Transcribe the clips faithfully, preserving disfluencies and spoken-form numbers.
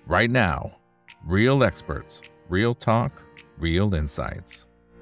right now. Real experts, real talk, real insights.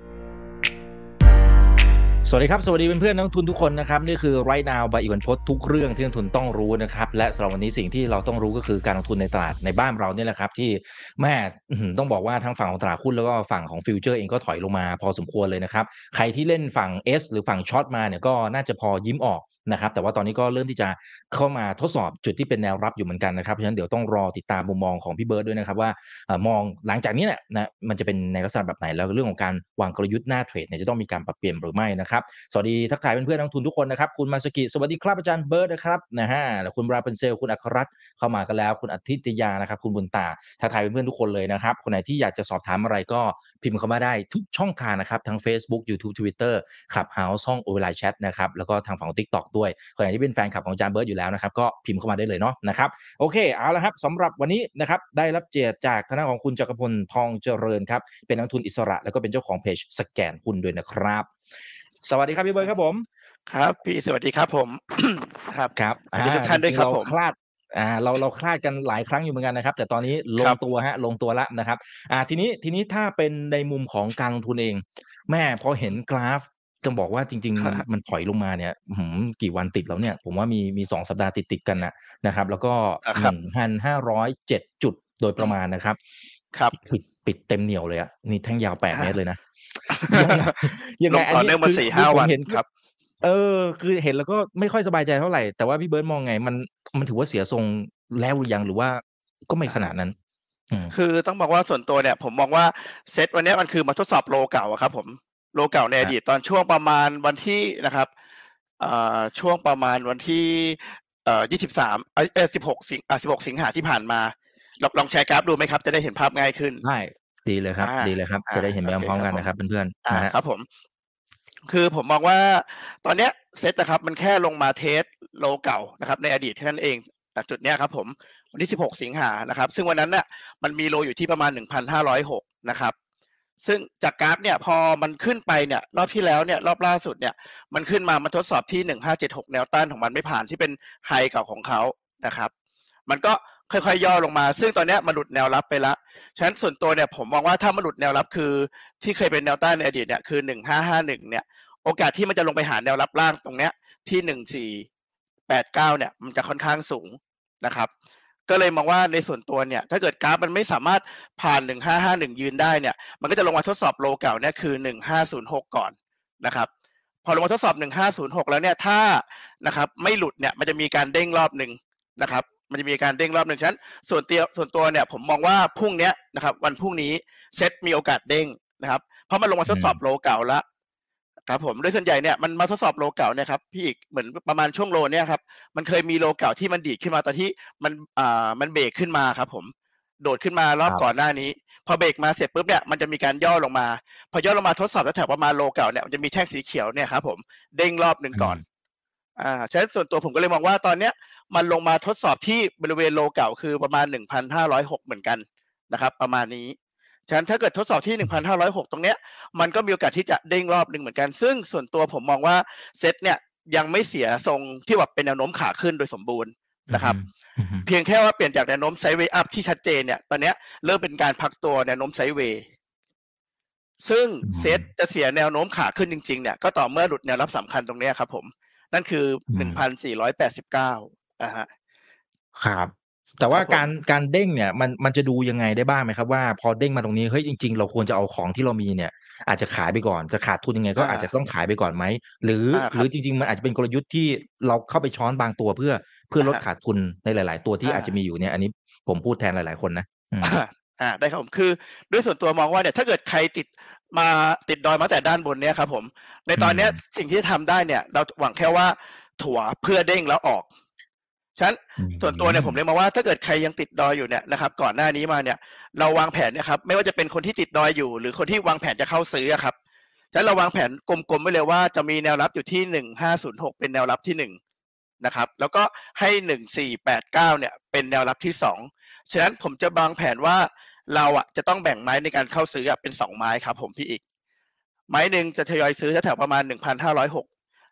สวัสดีครับสวัสดีเพื่อนๆนักลงทุนทุกคนนะครับนี่คือ Right Now บายอีกวันพจน์ทุกเรื่องที่นักลงทุนต้องรู้นะครับและสำหรับวันนี้สิ่งที่เราต้องรู้ก็คือการลงทุนในตลาดในบ้านเราเนี่ยแหละครับที่แม่ต้องบอกว่าทั้งฝั่งของตลาดหุ้นแล้วก็ฝั่งของฟิวเจอร์เองก็ถอยลงมาพอสมควรเลยนะครับใครที่เล่นฝั่ง S หรือฝั่งช็อตมาเนี่ยก็น่าจะพอยิ้มออกนะครับแต่ว่าตอนนี้ก็เริ่มที่จะเข้ามาทดสอบจุดที่เป็นแนวรับอยู่เหมือนกันนะครับเพราะฉะนั้นเดี๋ยวต้องรอติดตามมุมมองของพี่เบิร์ดด้วยนะครับว่ามองหลังจากนี้เนี่ยนะมันจะเป็นในลักษณะแบบไหนแล้วเรื่องของการวางกลยุทธ์หน้าเทรดเนี่ยจะต้องมีการปรับเปลี่ยนหรือไม่นะครับสวัสดีทักทายเพื่อนๆนักลงทุนทุกคนนะครับคุณมาสกิสวัสดีครับอาจารย์เบิร์ดนะครับนะฮะแล้วคุณราพันเซลคุณอัครรัตน์เข้ามากันแล้วคุณอาทิตยานะครับคุณบุญตาทักทายเพื่อนๆทุกคนเลยนะครับคนไหนที่อยากจะสอบถามอะไรก็พิมพ์เข้ามาได้ทุกช่องทางนะครับทั้ง Facebook YouTube Twitter Clubhouse ห้อง Overline Chat นะครับแล้วก็ทางฝั่ง TikTok ด้วยคนไหนที่เป็นแฟนคลับของอาจารย์เบิร์ดอยู่แล้วนะครับก็พิมพ์เข้ามาได้เลยเนาะนะครับโอเคเอาละครับสำหรับวันนี้นะครับได้รับเกียรติจากทางด้านของคุณจักรพลทองเจริญครับเป็นนักทุนอิสระแล้วก็เป็นเจ้าของเพจสแกนหุ้นด้วยนะครับสวัสดีครับพี่เบิร์ดครับผมครับพี่สวัสดีครับผม ครับครับสวัสดีทุกท่านด้วยครับผมคลาดอ่าเราเราคลาดกันหลายครั้งอยู่เหมือนกันนะครับแต่ตอนนี้ลงตัวฮะลงตัวแล้วนะครับอ่าทีนี้ทีนี้ถ้าเป็นในมุมของการลงทุนเองแม่พอเห็นกราฟจะบอกว่าจริงๆมันมันถอยลงมาเนี่ยกี่วันติดแล้วเนี่ยผมว่ามีมีสองสัปดาห์ติดๆกันนะนะครับแล้วก็ หนึ่งพันห้าร้อยเจ็ด จุดโดยประมาณนะครับครับปิดปิดเต็มเหนียวเลยอ่ะนี่แท่งยาวแปดเมตรเลยนะยังไงอันนี้คือ สี่ห้า วันครับเออคือเห็นแล้วก็ไม่ค่อยสบายใจเท่าไหร่แต่ว่าพี่เบิร์ดมองไงมันมันถือว่าเสียทรงแล้วหรือยังหรือว่าก็ไม่ขนาดนั้นคือต้องบอกว่าส่วนตัวเนี่ยผมมองว่าเซตวันนี้มันคือมาทดสอบโลเก่าครับผมโลเก่าในอดีตตอนช่วงประมาณวันที่นะครับเอ่อช่วงประมาณวันที่เอ่อยี่สิบสามเอ่อสิบหกสิงอ่าสิบหกสิงหาที่ผ่านมาลองลองแชร์กราฟดูไหมครับจะได้เห็นภาพง่ายขึ้นใช่ดีเลยครับดีเลยครับจะได้เห็นไปพร้อมๆกันนะครับเพื่อนๆนะครับผมคือผมมองว่าตอนเนี้ยเซตนะครับมันแค่ลงมาเทสโลเก่านะครับในอดีตแค่นั้นเองจากจุดเนี้ยครับผมวันที่สิบหกสิงหานะครับซึ่งวันนั้นเนี่ยมันมีโลอยู่ที่ประมาณ หนึ่งพันห้าร้อยหก นะครับซึ่งจากกราฟเนี่ยพอมันขึ้นไปเนี่ยรอบที่แล้วเนี่ยรอบล่าสุดเนี่ยมันขึ้นมามันทดสอบที่หนึ่งพันห้าร้อยเจ็ดสิบหกแนวต้านของมันไม่ผ่านที่เป็นไฮเก่าของเขานะครับมันก็ค่อยๆย่อลงมาซึ่งตอนนี้มันหลุดแนวรับไปแล้วฉะนั้นส่วนตัวเนี่ยผมมองว่าถ้ามันหลุดแนวรับคือที่เคยเป็นแนวต้านในอดีตเนี่ยคือหนึ่งพันห้าร้อยห้าสิบเอ็ดเนี่ยโอกาสที่มันจะลงไปหาแนวรับล่างตรงเนี้ยที่หนึ่งพันสี่ร้อยแปดสิบเก้าเนี่ยมันจะค่อนข้างสูงนะครับก็เลยมองว่าในส่วนตัวเนี่ยถ้าเกิดกราฟมันไม่สามารถผ่านหนึ่งพันห้าร้อยห้าสิบเอ็ดยืนได้เนี่ยมันก็จะลงมาทดสอบโลเก่าเนี่ยคือหนึ่งพันห้าร้อยหกก่อนนะครับพอลงมาทดสอบหนึ่งพันห้าร้อยหกแล้วเนี่ยถ้านะครับไม่หลุดเนี่ยมันจะมีการเด้งรอบนึงนะครับมันจะมีการเด้งรอบนึงฉะนั้นส่วนตัวส่วนตัวเนี่ยผมมองว่าพรุ่งนี้นะครับวันพรุ่งนี้เซ็ตมีโอกาสเด้งนะครับเพราะมันลงมาทดสอบโลเก่าแล้วครับผมโดยส่วนใหญ่เนี่ยมันมาทดสอบโลเก่าเนี่ยครับพี่อีกเหมือนประมาณช่วงโลเนี่ยครับมันเคยมีโลเก่าที่มันดีดขึ้นมาตอนที่มันอ่ามันเบรกขึ้นมาครับผมโดดขึ้นมารอบก่อนหน้านี้พอเบรกมาเสร็จปุ๊บเนี่ยมันจะมีการย่อลงมาพอย่อลงมาทดสอบแล้วแถวประมาณโลเก่าเนี่ยมันจะมีแท่งสีเขียวเนี่ยครับผมเด้งรอบนึงก่อนอ่าฉะนั้นส่วนตัวผมก็เลยมองว่าตอนเนี้ยมันลงมาทดสอบที่บริเวณโลเก่าคือประมาณ หนึ่งพันห้าร้อยหก เหมือนกันนะครับประมาณนี้ฉะนั้นถ้าเกิดทดสอบที่ หนึ่งพันห้าร้อยหก ตรงเนี้ยมันก็มีโอกาสที่จะเด้งรอบนึงเหมือนกันซึ่งส่วนตัวผมมองว่าเซตเนี่ยยังไม่เสียทรงที่แบบเป็นแนวโน้มขาขึ้นโดยสมบูรณ์นะครับเพียงแค่ว่าเปลี่ยนจากแนวโน้มไซด์เวย์อัพที่ชัดเจนเนี่ยตอนเนี้ยเริ่มเป็นการพักตัวแนวโน้มไซด์เวย์ซึ่งเซตจะเสียแนวโน้มขาขึ้นจริงๆเนี่ยก็ต่อเมื่อหลุดแนวรับสำคัญตรงเนี้ยครับผมนั่นคือ หนึ่งพันสี่ร้อยแปดสิบเก้า อ่าฮะครับแต่ว่าการการเด้งเนี่ยมันมันจะดูยังไงได้บ้างไหมครับว่าพอเด้งมาตรงนี้เฮ้ยจริงๆเราควรจะเอาของที่เรามีเนี่ยอาจจะขายไปก่อนจะขาดทุนยังไงก็อาจจะต้องขายไปก่อนไหมหรือหรือจริงๆมันอาจจะเป็นกลยุทธ์ที่เราเข้าไปช้อนบางตัวเพื่อเพื่อลดขาดทุนในหลายๆตัวที่อาจจะมีอยู่เนี่ยอันนี้ผมพูดแทนหลายๆคนนะอ่าได้ครับผมคือด้วยส่วนตัวมองว่าเนี่ยถ้าเกิดใครติดมาติดดอยมาแต่ด้านบนเนี่ยครับผมในตอนนี้สิ่งที่ทำได้เนี่ยเราหวังแค่ว่าถั่วเพื่อเด้งแล้วออกฉะนั้นส่วนตัวเนี่ยผมเลยมองว่าถ้าเกิดใครยังติดดอยอยู่เนี่ยนะครับก่อนหน้านี้มาเนี่ยเราวางแผนเนี่ยครับไม่ว่าจะเป็นคนที่ติดดอยอยู่หรือคนที่วางแผนจะเข้าซื้อครับฉะนั้นเราวางแผนกลมๆไว้เลยว่าจะมีแนวรับอยู่ที่หนึ่งพันห้าร้อยหกเป็นแนวรับที่หนึ่งนะครับแล้วก็ให้หนึ่งพันสี่ร้อยแปดสิบเก้าเนี่ยเป็นแนวรับที่สองฉะนั้นผมจะวางแผนว่าเราอ่ะจะต้องแบ่งไม้ในการเข้าซื้อเป็นสองไม้ครับผมพี่อีกไม้นึงจะทยอยซื้อแถวประมาณ หนึ่งพันห้าร้อยหก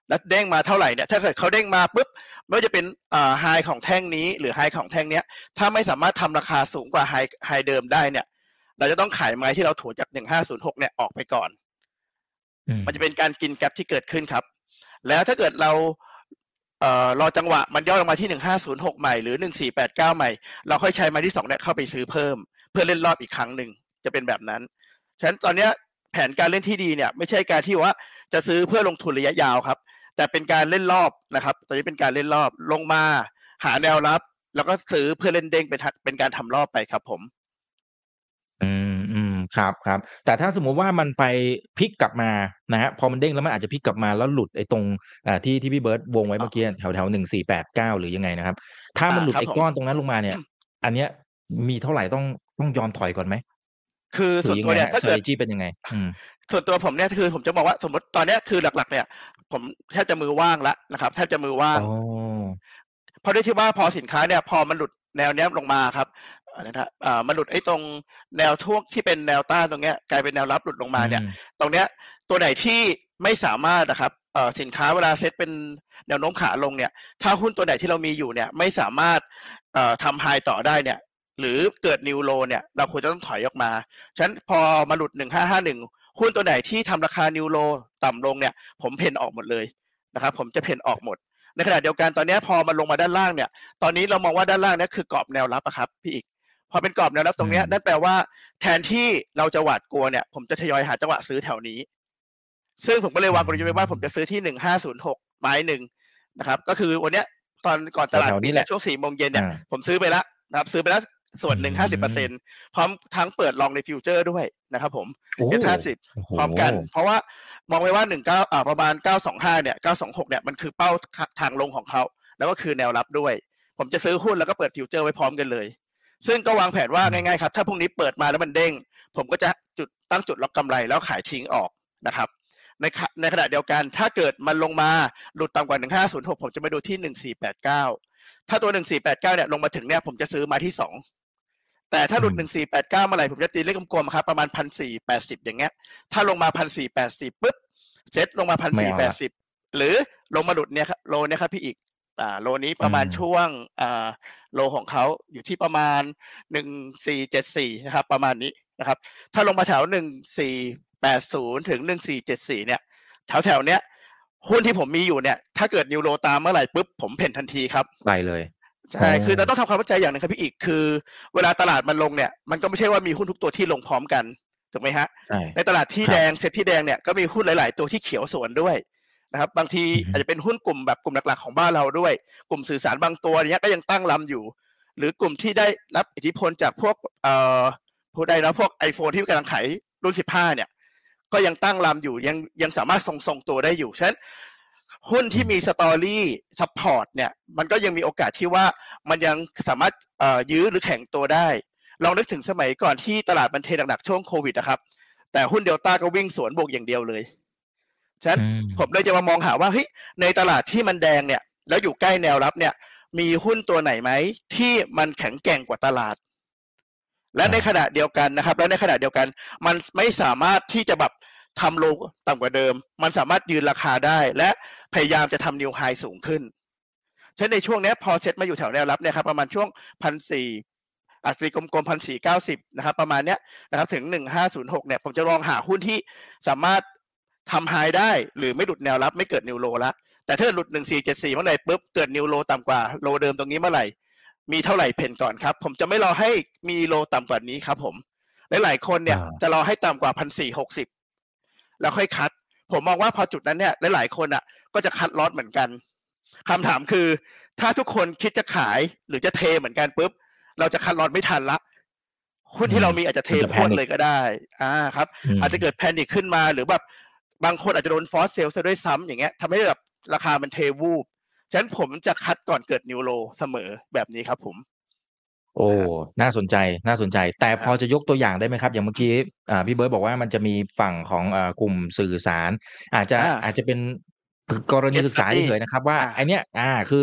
แล้วเด้งมาเท่าไหร่เนี่ยถ้าเกิดเขาเด้งมาปุ๊บไม่ว่าจะเป็นอ่าไฮของแท่งนี้หรือไฮของแท่งเนี้ยถ้าไม่สามารถทำราคาสูงกว่าไฮไฮเดิมได้เนี่ยเราจะต้องขายไม้ที่เราถูจากหนึ่งห้าศูนย์หกเนี่ยออกไปก่อนมันจะเป็นการกินแกลบที่เกิดขึ้นครับแล้วถ้าเกิดเราเอ่อรอจังหวะมันย่อลงมาที่หนึ่งห้าศูนย์หกใหม่หรือหนึ่งสี่แปดเก้าใหม่เราค่อยใช้ไม้ที่สองเนี่ยเข้าไปซื้อเพิ่มเพื่อเล่นรอบอีกครั้งหนึ่งจะเป็นแบบนั้นฉะนั้นตอนนี้แผนการเล่นที่ดีเนี่ยไม่ใช่การที่ว่าจะซื้อเพื่อลงทุนระยะยาวครับแต่เป็นการเล่นรอบนะครับตอนนี้เป็นการเล่นรอบลงมาหาแนวรับแล้วก็ซื้อเพื่อเล่นเด้งเป็นเป็นการทำรอบไปครับผมอืมอืมครับครับแต่ถ้าสมมุติว่ามันไปพลิกกลับมานะฮะพอมันเด้งแล้วมันอาจจะพลิกกลับมาแล้วหลุดไอ้ตรงอ่าที่ที่พี่เบิร์ดวงไว้เมื่อกี้แถวแถวหนึ่งสี่แปดเก้าหรือยังไงนะครับถ้าอ่ามันหลุดครับผมไอ้ก้อนตรงนั้นลงมาเนี่ยอันเนี้ยมีเท่าไหร่ต้องต้องยอมถอยก่อนไหมคือหรือยังส่วนตัวเนี่ยไงฮะสตถ้าเกิด r a t e g y เป็นยังไงอืมส่วนตัวผมเนี่ยคือผมจะบอกว่าสมมติตอนเนี้ยคือหลักๆเนี่ยผมแทบจะมือว่างแล้วนะครับแทบจะมือว่างอ๋อเพราะด้วยที่ว่าพอสินค้าเนี่ยพอมันหลุดแนวเนี้ยลงมาครับอะไรนะอ่ามันหลุดไอ้ตรงแนวท่วงที่เป็นแนวต้านตรงเนี้ยกลายเป็นแนวรับหลุดลงอืมาเนี่ยมตรงเนี้ยตัวไหนที่ไม่สามารถนะครับเอ่อสินค้าเวลาเซ็ตเป็นแนวโน้มขาลงเนี่ยถ้าหุ้นตัวไหนที่เรามีอยู่เนี่ยไม่สามารถเอ่อทำไฮต่อได้เนี่ยหรือเกิดนิวโลเนี่ยเราควรจะต้องถอยออกมาฉะนั้นพอมาหลุดหนึ่งห้าห้าหนึ่งหุ้นตัวไหนที่ทำราคานิวโลต่ำลงเนี่ยผมเพนออกหมดเลยนะครับผมจะเพนออกหมดในขณะเดียวกันตอนนี้พอมันลงมาด้านล่างเนี่ยตอนนี้เรามองว่าด้านล่างเนี่ยคือกรอบแนวรับอะครับพี่อีกพอเป็นกรอบแนวรับตรงนี้นั่นแปลว่าแทนที่เราจะหวาดกลัวเนี่ยผมจะทยอยหาจังหวะซื้อแถวนี้ซึ่งผมก็เลยวางกลยุทธ์ไว้ว่าผมจะซื้อที่หนึ่งห้าศูนย์หกไม้หนึ่งนะครับก็คือวันนี้ตอนก่อนตลาดปิดเนี่ยช่วงสี่โมงเย็นเนี่ยผมซื้อไปแล้วนะครับซื้อไปแล้วส่วนหนึ่งห้าสิบเปอร์เซ็นต์พร้อมทั้งเปิดลองในฟิวเจอร์ด้วยนะครับผม เอส ห้าสิบพร้อมกันเพราะว่ามองไว้ว่าหนึ่งเก้าอ่าประมาณเก้าสองห้าเนี่ยเก้าสองหกเนี่ยมันคือเป้าทางลงของเขาแล้วก็คือแนวรับด้วยผมจะซื้อหุ้นแล้วก็เปิดฟิวเจอร์ไว้พร้อมกันเลยซึ่งก็วางแผนว่าง่ายๆครับถ้าพรุ่งนี้เปิดมาแล้วมันเด้งผมก็จะจุดตั้งจุดล็อกกำไรแล้วขายทิ้งออกนะครับในในขณะเดียวกันถ้าเกิดมันลงมาหลุดต่ำกว่าหนึ่งห้าศูนย์หกผมจะไปดูที่หนึ่งสี่แปดเก้าถ้าตัวหนึ่งสี่แปดเก้าเนี่ยลงมาถึงเนี่ยผมจะซื้อมาที่สองแต่ถ้าหลุดหนึ่งสี่แปดเก้าเมื่อไหร่ผมจะตีเลขกลมๆครับประมาณพันสี่แปดสิบอย่างเงี้ยถ้าลงมาพันสี่แปดสิบปุ๊บเซ็ตลงมาพันสี่แปดสิบหรือลงมาหลุดเนี่ยโลเนี่ยครับพี่อีกอ่าโลนี้ประมาณช่วงอ่าโลของเขาอยู่ที่ประมาณหนึ่งสี่เจ็ดสี่นะครับประมาณนี้นะครับถ้าลงมาแถวหนึ่งสี่แปดศูนย์ถึงหนึ่งสี่เจ็ดสี่เนี่ยแถวแถวเนี้ยหุ้นที่ผมมีอยู่เนี่ยถ้าเกิดนิวโรตามเมื่อไหร่ปุ๊บผมเพ่นทันทีครับไปเลยใช่คือเราต้องทำความเข้าใจอย่างหนึ่งครับพี่อีกคือเวลาตลาดมันลงเนี่ยมันก็ไม่ใช่ว่ามีหุ้นทุกตัวที่ลงพร้อมกันถูกไหมฮะในตลาดที่แดงเซ็ตที่แดงเนี่ยก็มีหุ้นหลายๆตัวที่เขียวสวนด้วยนะครับบางทีอาจจะเป็นหุ้นกลุ่มแบบกลุ่มหลักๆของบ้านเราด้วยกลุ่มสื่อสารบางตัวเนี้ยก็ยังตั้งลำอยู่หรือกลุ่มที่ได้รับอิทธิพลจากพวกเอ่อผู้ใดนะพวก iPhone ที่กำลังขายรุ่นสิบห้าเนี่ยก็ยังตั้งลำอยู่ยังยังสามารถทรงทรงตัวได้อยู่ฉะนั้นหุ้นที่มีสตอรี่ซัพพอร์ตเนี่ยมันก็ยังมีโอกาสที่ว่ามันยังสามารถเอ่อยื้อหรือแข็งตัวได้ลองนึกถึงสมัยก่อนที่ตลาดมันเทหนักๆช่วงโควิดนะครับแต่หุ้นเดลต้าก็วิ่งสวนบวกอย่างเดียวเลยฉะนั้นผมเลยจะมามองหาว่าเฮ้ยในตลาดที่มันแดงเนี่ยแล้วอยู่ใกล้แนวรับเนี่ยมีหุ้นตัวไหนไหมที่มันแข็งแกร่งกว่าตลาดและในขณะเดียวกันนะครับและในขณะเดียวกันมันไม่สามารถที่จะแบบทำโลต่ำกว่าเดิมมันสามารถยืนราคาได้และพยายามจะทำนิวไฮสูงขึ้นฉะนั้นในช่วงนี้พอเซ็ตมาอยู่แถวแนวรับเนี่ยครับประมาณช่วงพันสี่อัตรีกลมๆพันสี่เก้าสิบนะครับประมาณเนี้ยนะครับถึงหนึ่งห้าศูนย์หกเนี่ยผมจะลองหาหุ้นที่สามารถทำไฮได้หรือไม่หลุดแนวรับไม่เกิดนิวโลละแต่ถ้าหลุดหนึ่งสี่เจ็ดสี่เมื่อไหร่ปุ๊บเกิดนิวโลต่ำกว่าโลเดิมตรงนี้เมื่อไหร่มีเท่าไหร่เพนก่อนครับผมจะไม่รอให้มีโลต่ำกว่านี้ครับผมหลายๆคนเนี่ยจะรอให้ต่ำกว่าพันสี่หกสิบแล้วค่อยคัดผมมองว่าพอจุดนั้นเนี่ยหลายๆคนอ่ะก็จะคัดลอตเหมือนกันคำถามคือถ้าทุกคนคิดจะขายหรือจะเทเหมือนกันปุ๊บเราจะคัดลอตไม่ทันละหุ้นที่เรามีอาจจะเทพรวดเลยก็ได้อ่าครับอาจจะเกิดแพนิคขึ้นมาหรือแบบบางคนอาจจะโดนฟอร์สเซลซะด้วยซ้ำอย่างเงี้ยทำให้แบบราคามันเทวูบฉะนั้นผมจะคัดก่อนเกิดนิวโลเสมอแบบนี้ครับผมโอ้น่าสนใจน่าสนใจแต่พอจะยกตัวอย่างได้ไหมครับอย่างเมื่อกี้อ่าพี่เบิร์ดบอกว่ามันจะมีฝั่งของอ่ากลุ่มสื่อสารอาจจะอาจจะเป็นกรณีศึกษาเฉยๆนะครับว่าไอเนี้ยอ่าคือ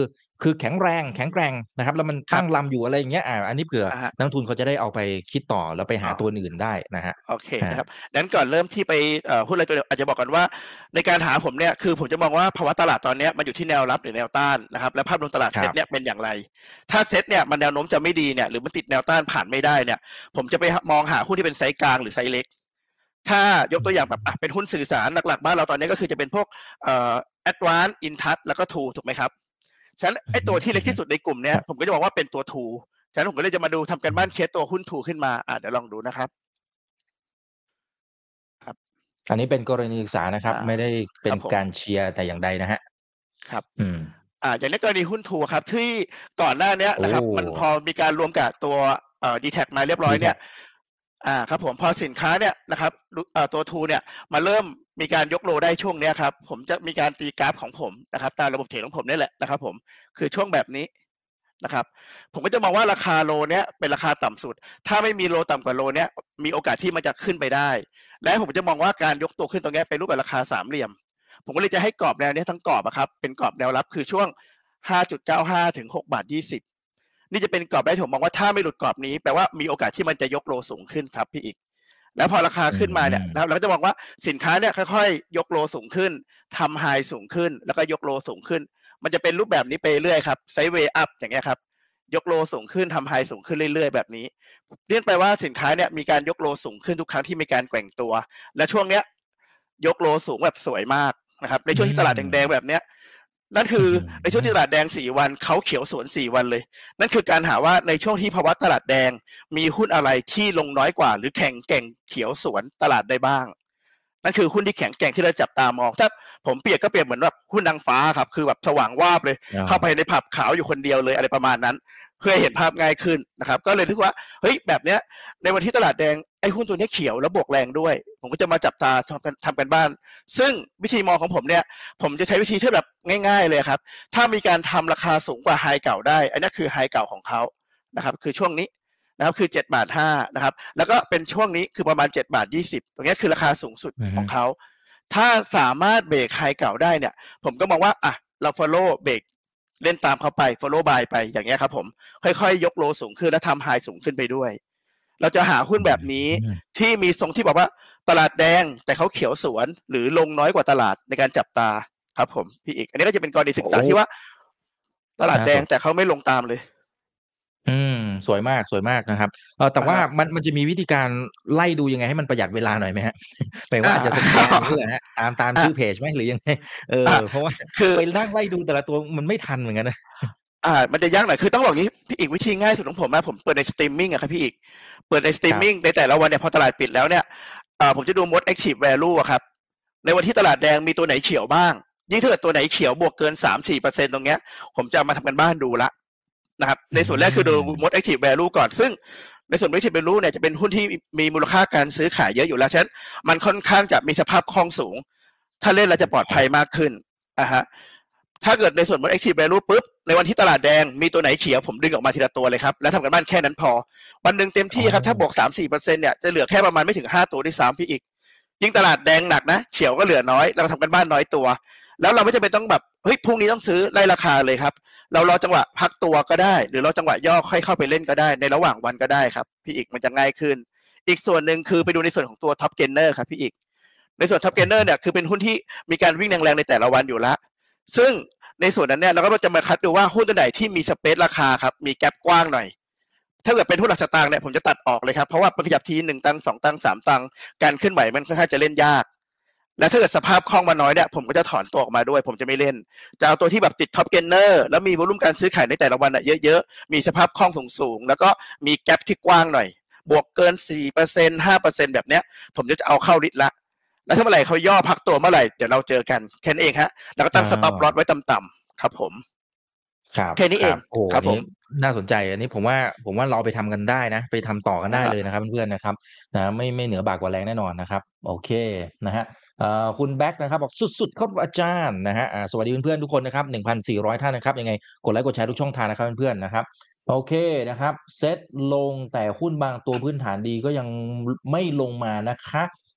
คือแข็งแรงแข็งแกร่งนะครับแล้วมันตั้งลำอยู่อะไรอย่างเงี้ยอ่าอันนี้เผื่อนักลงทุนเขาจะได้เอาไปคิดต่อแล้วไปหาตัวอื่นได้นะฮะโอเคนะครับนั้นก่อนเริ่มที่ไปหุ้นอะไรตัวเดียวอาจจะบอกก่อนว่าในการหาผมเนี่ยคือผมจะมองว่าภาวะตลาดตอนนี้มันอยู่ที่แนวรับหรือแนวต้านนะครับและภาพรวมตลาดเซ็ตเนี่ยเป็นอย่างไรถ้าเซ็ตเนี่ยมันแนวโน้มจะไม่ดีเนี่ยหรือมันติดแนวต้านผ่านไม่ได้เนี่ยผมจะไปมองหาหุ้นที่เป็นไซส์กลางหรือไซส์เล็กถ้ายกตัวอย่างแบบเป็นหุ้นสื่อสารหลักๆบ้านเราตอนนี้ก็คือจะเป็นพวกเอ่อ Advance Intouch แล้วก็ True ถูกไหมครับฉะนั้นไอ้ตัวที่เล็กที่สุดในกลุ่มเนี้ยผมก็จะบอกว่าเป็นตัว True ฉะนั้นผมก็เลยจะมาดูทำกันบ้านเคสตัวหุ้น True ขึ้นมาอ่ะเดี๋ยวลองดูนะครับครับอันนี้เป็นกรณีศึกษานะครับไม่ได้เป็นการเชียร์แต่อย่างใดนะฮะครับอืมอ่าอย่างในกรณีหุ้นทัวร์ครับที่ก่อนหน้านี้นะครับมันพอมีการรวมกับตัวเอ่อ ดี แท็ก มาเรียบร้อยเนี่ยอ่าครับผมพอสินค้าเนี่ยนะครับเอ่อตัวทูเนี่ยมาเริ่มมีการยกโลได้ช่วงนี้ครับผมจะมีการตีกราฟของผมนะครับตามระบบเทรดของผมนี่แหละนะครับผมคือช่วงแบบนี้นะครับผมก็จะมองว่าราคาโลเนี้ยเป็นราคาต่ำสุดถ้าไม่มีโลต่ำกว่าโลเนี้ยมีโอกาสที่มันจะขึ้นไปได้และผมจะมองว่าการยกตัวขึ้นตรงนี้เป็นรูปแบบราคาสามเหลี่ยมผมก็เลยจะให้กรอบแนวนี้ทั้งกรอบอะครับเป็นกรอบแนวรับคือช่วง ห้าจุดเก้าห้า ถึง หกบาทยี่สิบนี่จะเป็นกรอบได้ผมมองว่าถ้าไม่หลุดกรอบนี้แปลว่ามีโอกาสที่มันจะยกโลสูงขึ้นครับพี่อีกแล้วพอราคาขึ้นมาเนี่ยเราก็จะมองว่าสินค้าเนี่ยค่อยๆยกโลสูงขึ้นทำไฮสูงขึ้นแล้วก็ยกโลสูงขึ้นมันจะเป็นรูปแบบนี้ไปเรื่อยครับไซด์เวย์อัพอย่างเงี้ยครับยกโลสูงขึ้นทำไฮสูงขึ้นเรื่อยๆแบบนี้เรียกไปว่าสินค้าเนี่ยมีการยกโลสูงขึ้นทุกครั้งที่มีการแกว่งตัวและช่วงเนี้ยยกโลสูงแบบสวยมากนะครับในช่วงที่ตลาดแดงๆแบบเนี้ยนั่นคือในช่วงที่ตลาดแดงสี่วันเขาเขียวสวนสี่วันเลยนั่นคือการหาว่าในช่วงที่ภาวะตลาดแดงมีหุ้นอะไรที่ลงน้อยกว่าหรือแข่งแกร่งเขียวสวนตลาดได้บ้างนั่นคือหุ้นที่แข็งแกร่งที่เราจับตามองถ้าผมเปรียบก็เปรียบเหมือนแบบหุ้นนางฟ้าครับคือแบบสว่างวาบเลยเข้าไปในผับขาวอยู่คนเดียวเลยอะไรประมาณนั้นเพื่อเห็นภาพง่ายขึ้นนะครับก็เลยคิดว่าเฮ้ยแบบเนี้ยในวันที่ตลาดแดงไอ้หุ้นตัวนี้เขียวแล้วบวกแรงด้วยผมก็จะมาจับตาทำกันทำกันบ้านซึ่งวิธีมองของผมเนี่ยผมจะใช้วิธีที่แบบง่ายๆเลยครับถ้ามีการทำราคาสูงกว่าไฮเก่าได้อันนี้คือไฮเก่าของเขานะครับคือช่วงนี้นะครับคือเจ็ดบาทห้านะครับแล้วก็เป็นช่วงนี้คือประมาณเจ็ดบาทยี่สิบตรงนี้คือราคาสูงสุดของเขาถ้าสามารถเบรกไฮเก่าได้เนี่ยผมก็มองว่าอ่ะเรา follow เบรกเล่นตามเขาไป follow buy ไปอย่างเงี้ยครับผมค่อยๆยกโลสูงขึ้นและทำไฮสูงขึ้นไปด้วยเราจะหาหุ้นแบบนี้ที่มีทรงที่บอกว่าตลาดแดงแต่เขาเขียวสวนหรือลงน้อยกว่าตลาดในการจับตาครับผมพี่อีกอันนี้ก็จะเป็นกรณีศึกษาที่ว่าตลาดแดงแต่เขาไม่ลงตามเลยอืมสวยมากสวยมากนะครับเออแต่ว่ามันมันจะมีวิธีการไล่ดูยังไงให้มันประหยัดเวลาหน่อยไหมฮะหมายว่าอาจจะสแกนนี่แหละฮะตามตามชื่อเพจไหมหรือยังไงเออเพราะว่าไปนั่งไล่ดูแต่ละตัวมันไม่ทันเหมือนกันนะอ่ามันจะยากหน่อยคือต้องบอกงี้พี่อีกวิธีง่ายสุดของผมนะผมเปิดในสตรีมมิ่งอะครับพี่อีกเปิดในสตรีมมิ่งในแต่ละวันเนี่ยพอตลาดปิดแล้วเนี่ยอ่าผมจะดู most active value อะครับในวันที่ตลาดแดงมีตัวไหนเขียวบ้างยิ่งถ้าเกิดตัวไหนเขียวบวกเกิน สามถึงสี่เปอร์เซ็นต์ ตรงเนี้ยผมจะมาทำกันบ้านดูละนะครับในส่วนแรกคือดู most active value ก่อนซึ่งในส่วน most active value เนี่ยจะเป็นหุ้นที่มีมูลค่าการซื้อขายเยอะอยู่แล้วฉะนั้นมันค่อนข้างจะมีสภาพคล่องสูงถ้าเล่นแล้วจะปลอดภัยมากขึ้นอ่ะฮะถ้าเกิดในส่วน most active value ปุ๊บในวันที่ตลาดแดงมีตัวไหนเขียวผมดึงออกมาทีละตัวเลยครับแล้วทำกันบ้านแค่นั้นพอวันหนึ่งเต็มที่ครับถ้าบวก สามถึงสี่เปอร์เซ็นต์ เนี่ยจะเหลือแค่ประมาณไม่ถึงห้าตัวด้วยซ้ำพี่อีกยิ่งตลาดแดงหนักนะเขียวก็เหลือน้อยเราทำกันบ้านน้อยตัวแล้วเราไม่จำเป็นต้องแบบเฮ้ยพรุ่งนี้ต้องซื้อไล่ราคาเลยครับเรารอจังหวะพักตัวก็ได้หรือรอจังหวะย่อค่อยเข้าไปเล่นก็ได้ในระหว่างวันก็ได้ครับพี่อีกมันจะง่ายขึ้นอีกส่วนหนึ่งคือไปดูในส่วนของตัว Top Gainer ครับพี่อีกในส่วน Top Gainer เนี่ยคือเป็นหุ้นที่มีการวิ่งแรงๆในแต่ละวันอยู่แล้วซึ่งในส่วนนั้นเนี่ยเราก็จะมาคัดดูว่าหุ้นตัวไหนที่มีสเปซราคาครับมีแกปกว้างหน่อยถ้าเกิดเป็นหุ้นหลักสตางค์เนี่ยผมจะตัดออกเลยครับเพราะว่ามันขยับทีหนึ่งตังค์สองตังค์สามตังค์การเคลื่อนไหวมันค่อนข้างจะเล่นยากและถ้าเกิดสภาพคล่องมาน้อยเนี่ยผมก็จะถอนตัวออกมาด้วยผมจะไม่เล่นจะเอาตัวที่แบบติดท็อปเกนเนอร์แล้วมีวอลุ่มการซื้อขายในแต่ละวันอ่ะเยอะๆมีสภาพคล่องสูงๆแล้วก็มีแกปที่กว้างหน่อยบวกเกิน สี่เปอร์เซ็นต์ ห้าเปอร์เซ็นต์ แบบเนี้ยผมจะเอาเข้าลิสต์ละแล้วถ้าเมื่อไหร่เขาย่อพักตัวเมื่อไหร่เดี๋ยวเราเจอกันแค่นั้นเองฮะแล้วก็ตั้งสต็อปลอสไว้ต่ำๆครับผมครับแค่นี้เองโอ้ครับผมน่าสนใจอันนี้ผมว่าผมว่าเราไปทำกันได้นะไปทำต่อกันได้เลยนะครับเพื่อนๆนะครับนะไม่ไม่เหนือบากกว่าแรงแน่นอนนะครับโอเคนะฮะคุณแบ็คนะครับบอกสุดๆครับอาจารย์นะฮะสวัสดีเพื่อนๆทุกคนนะครับ หนึ่งพันสี่ร้อย ท่านนะครับยังไงกดไลค์กดแชร์ทุกช่องทางนะครับเพื่อนๆนะครับโอเคนะครับเซตลงแต่หุ้นบางตัวพื้นฐานดีก็ยังไม่ลงมานะคะ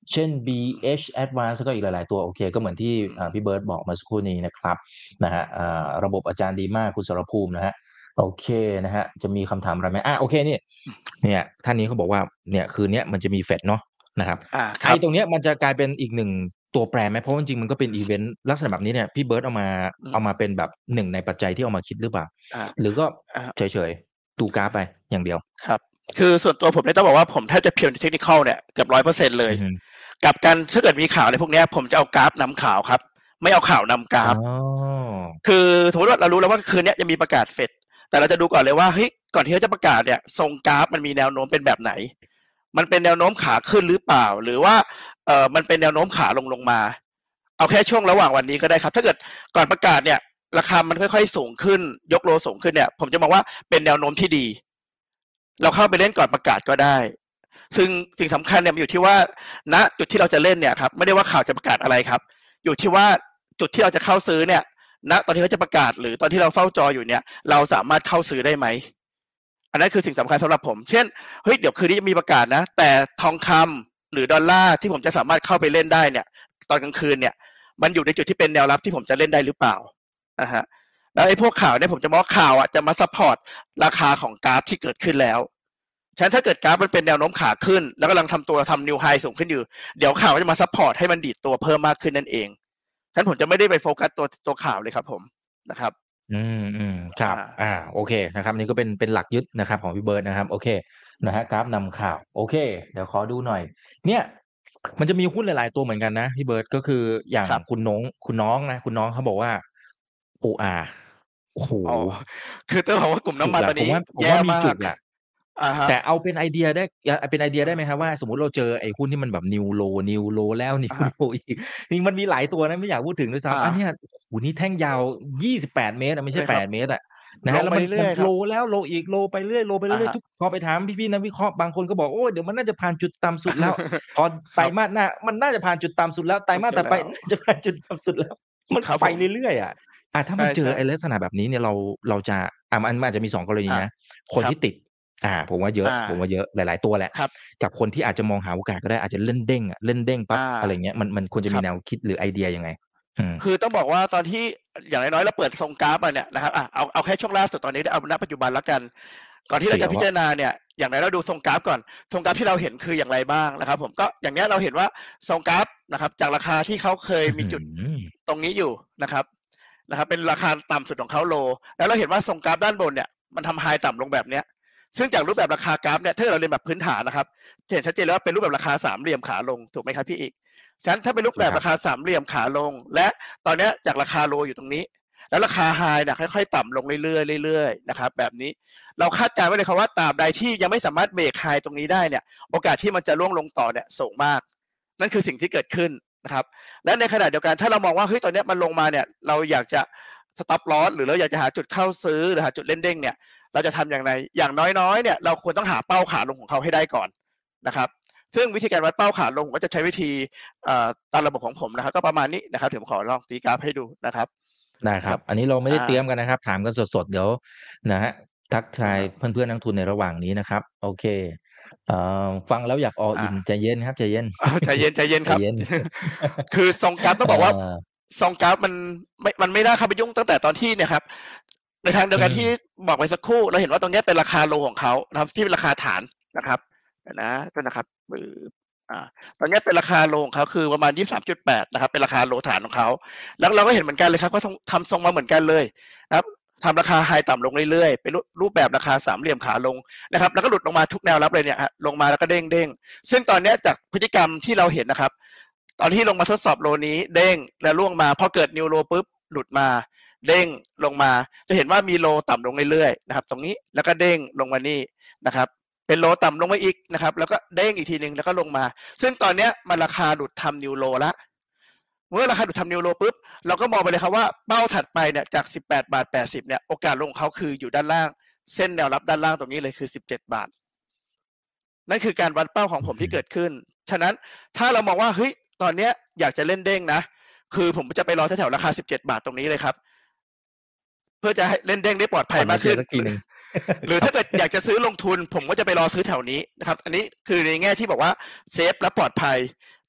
เช่น บี เอช Advance แล้วก็อีกหลายๆตัวโอเคก็เหมือนที่อ่าพี่เบิร์ตบอกมาสักครู่นี้นะครับนะฮะอ่าระบบอาจารย์ดีมากคุณสรภูมินะฮะโอเคนะฮะจะมีคำถามอะไรไหมอ่ะโอเคนี่เนี่ยท่านนี้เขาบอกว่าเนี่ยคืนนี้มันจะมีเฟดเนาะนะครับอ่าคไอ้รับตรงเนี้ยมันจะกลายเป็นอีกหนึ่งตัวแปรไหมเพราะว่าจริงๆมันก็เป็นอีเวนต์ลักษณะแบบนี้เนี่ยพี่เบิร์ตเอามาอืมเอามาเป็นแบบหนึ่งในปัจจัยที่เอามาคิดหรือเปล่าอ่าหรือก็อ่าเฉยๆดูกราฟไปอย่างเดียวครับคือส่วนตัวผมเนี่ยต้องบอกว่าผมแทบจะเพียวในเทคนิคอลเนี่ยเกือบร้อยเปอร์เซ็นต์เลยอือฮึกลับกันถ้าเกิดมีข่าวในพวกเนี้ยผมจะเอากราฟนำข่าวครับไม่เอาข่าวนำกอ๋ราฟอคือสมมติว่าเรารู้แล้วว่าคืนนี้จะมีประกาศเฟดแต่เราจะดูก่อนเลยว่าเฮ้ยก่อนที่เขาจะประกาศเนี่ยทรงกราฟมันมีแนวโน้มเป็นแบบไหนมันเป็นแนวโน้มขาขึ้นหรือเปล่าหรือว่าเออมันเป็นแนวโน้มขาลงลงมาเอาแค่ช่วงระหว่างวันนี้ก็ได้ครับถ้าเกิดก่อนประกาศเนี่ยราคามันค่อยๆสูงขึ้นยกโลสูงขึ้นเนี่ยผมจะมองว่าเป็นแนวโน้มที่ดีเราเข้าไปเล่นก่อนประกาศก็ได้ซึ่งสิ่งสำคัญเนี่ยมันอยู่ที่ว่าณจุดที่เราจะเล่นเนี่ยครับไม่ได้ว่าข่าวจะประกาศอะไรครับอยู่ที่ว่าจุดที่เราจะเข้าซื้อเนี่ยณตอนที่เขาจะประกาศหรือตอนที่เราเฝ้าจออยู่เนี่ยเราสามารถเข้าซื้อได้ไหมอันนั้นคือสิ่งสำคัญสำหรับผมเช่นเฮ้ยเดี๋ยวคืนนี้จะมีประกาศนะแต่ทองคำหรือดอลลาร์ที่ผมจะสามารถเข้าไปเล่นได้เนี่ยตอนกลางคืนเนี่ยมันอยู่ในจุดที่เป็นแนวรับที่ผมจะเล่นได้หรือเปล่านะฮะแล้วไอ้พวกข่าวเนี่ยผมจะมองข่าวอ่ะจะมาซัพพอร์ตราคาของกราฟที่เกิดขึ้นแล้วฉะนั้นถ้าเกิดกราฟมันเป็นแนวโน้มขาขึ้นแล้วกำลังทำตัวทำนิวไฮสูงขึ้นอยู่เดี๋ยวข่าวก็จะมาซัพพอร์ตให้มันดีดตัวเพิ่มมากขึ้นนั่นเองฉะนั้นผมจะไม่ได้ไปโฟกัสตัวตัวข่าวเลยครับผมนะครับอืมๆครับอ่าอาโอเคนะครับนี่ก็เป็นเป็นหลักยึดนะครับของพี่เบิร์ตนะครับโอเคนะครับกราฟนำข่าวโอเคเดี๋ยวขอดูหน่อยเนี่ยมันจะมีหุ้นหลายๆตัวเหมือนกันนะพี่เบิร์ตก็คืออย่างครับคุณน้องคุณน้องนะคุณน้องเขาบอกว่า โอ อาร์ โอ้โฮอ๋อคือต้องบอกว่ากลุ่มจุน้ำมันตอนนี้กอะผมว่าผมแย่ว่ามีมากจุกอะอ่าฮะแต่เอาเป็นไอเดียได้ยเป็นไอเดียได้ไหมครับอ่าว่าสมมุติเราเจอไอ้หุ้นที่มันแบบ New Low New Low แล้วอ่า New ฮะ Low อีกจริงๆมันมีหลายตัวนะไม่อยากพูดถึงด้วยอ่าซ้ำอันเนี้ยโอ้โฮนี่แท่งยาวยี่สิบแปดเมตรอะไม่ใช่เลยครับแปดเมตรอะนะลงมาครับแล้วมันมันเรื่อยๆครับ Low แล้ว Low อีก Low ไปเรื่อย Low ไปอ่าเรื่อยฮะๆทุกพอไปถามพี่ๆนักวิเคราะห์บางคนก็บอกโอ๊ยเดี๋ยวมันน่าจะผ่านจุดต่ำสุดแล้วพอครับไตรมาสหน้ามันน่าจะผ่านจุดต่ำสุดแล้วไตรมาสถัดไปสุดแล้วจะผ่านจุดต่ำสุดแล้วมันไปครับผมเรื่อยๆอะ อ่าถ้ามันเจอใช่ไอ้ลักษณะแบบนี้เนี่ยเราเราจะอ่ามันมันอาจจะมีสองกรๆอ่าณีนะคนครับที่ติดอ่าผมว่าเยอะอ่าผมว่าเยอะหลายๆตัวแหละครับกับคนที่อาจจะมองหาโอกาสก็ได้อาจจะเล่นเด้งอะเล่นเด้งปั๊บอ่าอะไรอย่างเงี้ยมันมันควรจะครับมีแนวคิดหรือไอเดียยังไงอืมคือต้องบอกว่าตอนที่อย่างน้อยๆเราเปิดทรงกราฟมาเนี่ยนะครับอ่ะเอาเอาแค่ช่วงล่าสุดตอนนี้เอาณปัจจุบันแล้วกันก่อนที่เราเสียวอะจะพิจารณาเนี่ยอย่างไรเราดูทรงกราฟก่อนทรงกราฟที่เราเห็นคืออย่างไรบ้างนะครับผมก็อย่างเนี้ยเราเห็นว่าทรงกราฟนะครับจากราคาที่เขาเคยอื้อฮืมีจุดอตรงนี้อยู่นะครับนะครับเป็นราคาต่ำสุดของเขาโลแล้วเราเห็นว่าทรงกราฟด้านบนเนี่ยมันทำไฮต่ำลงแบบเนี้ยซึ่งจากรูปแบบราคากราฟเนี่ยถ้าเราเรียนแบบพื้นฐานนะครับจะเห็นชัดเจนเลยว่าเป็นรูปแบบราคาสามเหลี่ยมขาลงถูกไหมครับพี่อีกฉะนั้นถ้าเป็นรูปถูกครับแบบราคาสามเหลี่ยมขาลงและตอนเนี้ยจากราคาโลอยู่ตรงนี้แล้วราคาไฮเนี่ยค่อยๆต่ำลงเรื่อยๆเรื่อยๆนะครับแบบนี้เราคาดการณ์ไว้เลยครับว่าตราบใดที่ยังไม่สามารถเบรกไฮตรงนี้ได้เนี่ยโอกาสที่มันจะร่วงลงต่อเนี่ยสูงมากนั่นคือสิ่งที่เกิดขึ้นนะครับและในขณะเดียวกันถ้าเรามองว่าเฮ้ยตอนเนี้ยมันลงมาเนี่ยเราอยากจะสต็อปลอสหรือเราอยากจะหาจุดเข้าซื้อหรือหาจุดเล่นเด้งเนี่ยเราจะทำอย่างไรอย่างน้อยๆเนี่ยเราควรต้องหาเป้าขาลงของเขาให้ได้ก่อนนะครับซึ่งวิธีการวัดเป้าขาลงผมก็จะใช้วิธีตามระบบของผมนะครับก็ประมาณนี้นะครับถึงขอลองตีกราฟให้ดูนะครับได้ครับครับอันนี้เราไม่ได้อ่าเตรียมกันนะครับถามกันสดๆเดี๋ยวนะครับทักทายนะครับเพื่อนๆนักลงทุนในระหว่างนี้นะครับโอเคเอ่อฟังแล้วอยาก all อ่า in ใจเย็นครับใจเย็นอ้าวใจเย็นใจเย็นใจครับเย็นคือทรงกราฟต้องเอบอกว่าอทรงกราฟมันไม่มันไม่น่าเข้าไปยุ่งตั้งแต่ตอนที่เนี่ยครับในทางเดียวอืมกันที่บอกไปสักครู่เราเห็นว่าตรงนี้เป็นราคาโลของเขานะครับที่เป็นราคาฐานนะครับเดี๋ยวนะก็นะครับมืออ่าตอนนี้เป็นราคาโลของเขาคือประมาณ ยี่สิบสามจุดแปด นะครับเป็นราคาโลฐานของเขาแล้วเราก็เห็นเหมือนกันเลยครับก็ทำทรงมาเหมือนกันเลยนะครับทำราคาไฮต่ำลงเรื่อยๆเป็นรูปแบบราคาสามเหลี่ยมขาลงนะครับแล้วก็หลุดลงมาทุกแนวรับเลยเนี่ยฮะลงมาแล้วก็เด้งเด้งซึ่งตอนนี้จากพฤติกรรมที่เราเห็นนะครับตอนที่ลงมาทดสอบโลนี้เด้งแล้วล่วงมาพอเกิดนิวโลปุ๊บหลุดมาเด้งลงมาจะเห็นว่ามีโลต่ำลงเรื่อยๆนะครับตรงนี้แล้วก็เด้งลงมานี่นะครับเป็นโลต่ำลงมาอีกนะครับแล้วก็เด้งอีกทีนึงแล้วก็ลงมาซึ่งตอนนี้มันราคาหลุดทำนิวโลละเมื่อราคาหลุดทำนิวโลปุ๊บเราก็มองไปเลยครับว่าเป้าถัดไปเนี่ยจากสิบแปดบาทแปดสิบเนี่ยโอกาสลงของเขาคืออยู่ด้านล่างเส้นแนวรับด้านล่างตรงนี้เลยคือสิบเจ็ดบาทนั่นคือการวัดเป้าของผมที่เกิดขึ้นฉะนั้นถ้าเรามองว่าเฮ้ยตอนเนี้ยอยากจะเล่นเด้งนะคือผมจะไปรอแถวๆราคาสิบเจ็ดบาทตรงนี้เลยครับเพื่อจะให้เล่นเด้งได้ปลอดภัถอนหายใจยมากขึ้นสักทีหนึ่งหรือครับถ้าเกิดอยากจะซื้อลงทุนผมก็จะไปรอซื้อแถวนี้นะครับอันนี้คือในแง่ที่บอกว่าเซฟและปลอดภัย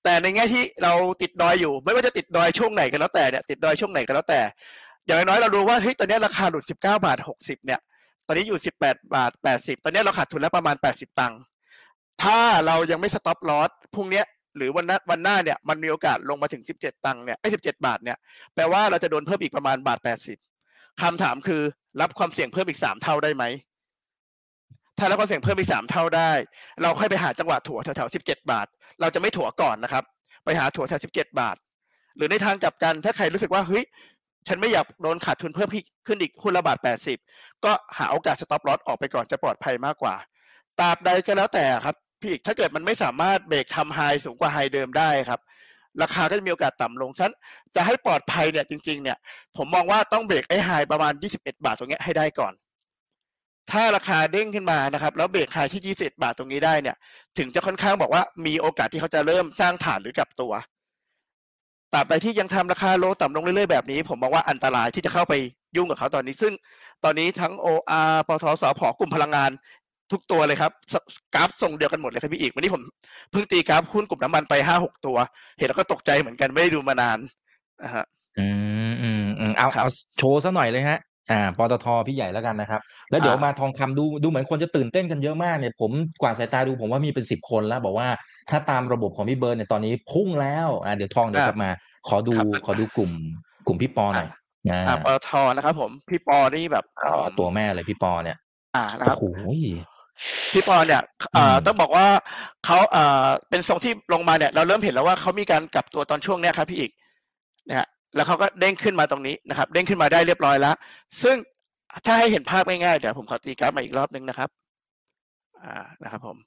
แต่ในแง่ที่เราติดดอยอยู่ไม่ว่าจะติดดอยช่วงไหนก็แล้วแต่เนี่ยติดดอยช่วงไหนก็แล้วแต่อย่างน้อยเรารู้ว่าเฮ้ยตอนนี้ราคาหลุดสิบเก้าบาทหกสิบเนี่ยตอนนี้อยู่สิบแปดบาทแปดสิบตอนนี้เราขาดทุนแล้วประมาณแปดสิบตังค์ถ้าเรายังไม่สต็อปลอสพรุ่งนี้หรือวันหน้าวันหน้าเนี่ยมันมีโอกาสลงมาถึงสิบเจ็ดตังค์เนี่ยไอ้สิบเจ็ดบาทเนี่ยแปลว่าเราจะโดนเพิ่มอีกประมาณบาทแปดสิบคำถามคือรับความเสี่ยงเพิ่มอีกสามเท่าได้ไหมถ้ารับความเสี่ยงเพิ่มอีกสามเท่าได้เราค่อยไปหาจังหวะถั่วแถวๆสิบเจ็ดบาทเราจะไม่ถั่วก่อนนะครับไปหาถั่วแถวสิบเจ็ดบาทหรือในทางกลับกันถ้าใครรู้สึกว่าเฮ้ยฉันไม่อยากโดนขาดทุนเพิ่มขึ้นอีกหุ้นละบาทแปดสิบก็หาโอกาสสต็อปลอสออกไปก่อนจะปลอดภัยมากกว่าตราบใดก็แล้วแต่ครับพี่อีกถ้าเกิดมันไม่สามารถเบรกทำไฮสูงกว่าไฮเดิมได้ครับราคาก็จะมีโอกาสต่ำลงฉะนั้นจะให้ปลอดภัยเนี่ยจริงๆเนี่ยผมมองว่าต้องเบรกไอ้ไฮประมาณยี่สิบเอ็ดบาทตรงนี้ให้ได้ก่อนถ้าราคาเด้งขึ้นมานะครับแล้วเบรกไฮที่ยี่สิบเอ็ดบาทตรงนี้ได้เนี่ยถึงจะค่อนข้างบอกว่ามีโอกาสที่เขาจะเริ่มสร้างฐานหรือกลับตัวตราบใดที่ยังทำราคาโลต่ำลงเรื่อยๆแบบนี้ผมมองว่าอันตรายที่จะเข้าไปยุ่งกับเขาตอนนี้ซึ่งตอนนี้ทั้ง โอ อาร์ ปตท.สผ.กลุ่มพลังงานทุกตัวเลยครับกราฟทรงเดียวกันหมดเลยครับพี่อีกวันนี้ผมเพิ่งตีกราฟหุ้นกลุ่มน้ำมันไป ห้าหก ตัวเห็นแล้วก็ตกใจเหมือนกันไม่ได้ดูมานานนะฮะอืมอืมอืมเอาเอาโชว์ซะหน่อยเลยฮะอ่าปตทพี่ใหญ่แล้วกันนะครับแล้วเดี๋ยวมาทองคำดูดูเหมือนคนจะตื่นเต้นกันเยอะมากเนี่ยผมกว่าสายตาดูผมว่ามีเป็นสิบคนแล้วบอกว่าถ้าตามระบบของพี่เบิร์นเนี่ยตอนนี้พุ่งแล้วอ่าเดี๋ยวทองเดี๋ยวกลับมาขอดูขอดูกลุ่มกลุ่มพี่ปอหน่อยอ่าปตทนะครับผมพี่ปอนี่แบบอ๋อตัวแม่เลยพี่ปอเนี่ยอ่านะครับโอ้โหพี่ปอเนี่ยเอ่อต้องบอกว่าเขาเอ่อเป็นทรงที่ลงมาเนี่ยเราเริ่มเห็นแล้วว่าเขามีการกลับตัวตอนช่วงเนี้ยครับพี่อีกนะฮะแล้วเขาก็เด้งขึ้นมาตรงนี้นะครับเด้งขึ้นมาได้เรียบร้อยแล้วซึ่งถ้าให้เห็นภาพง่ายๆเดี๋ยวผมขอตีกราฟมาอีกรอบนึงนะครับอ่านะครับผม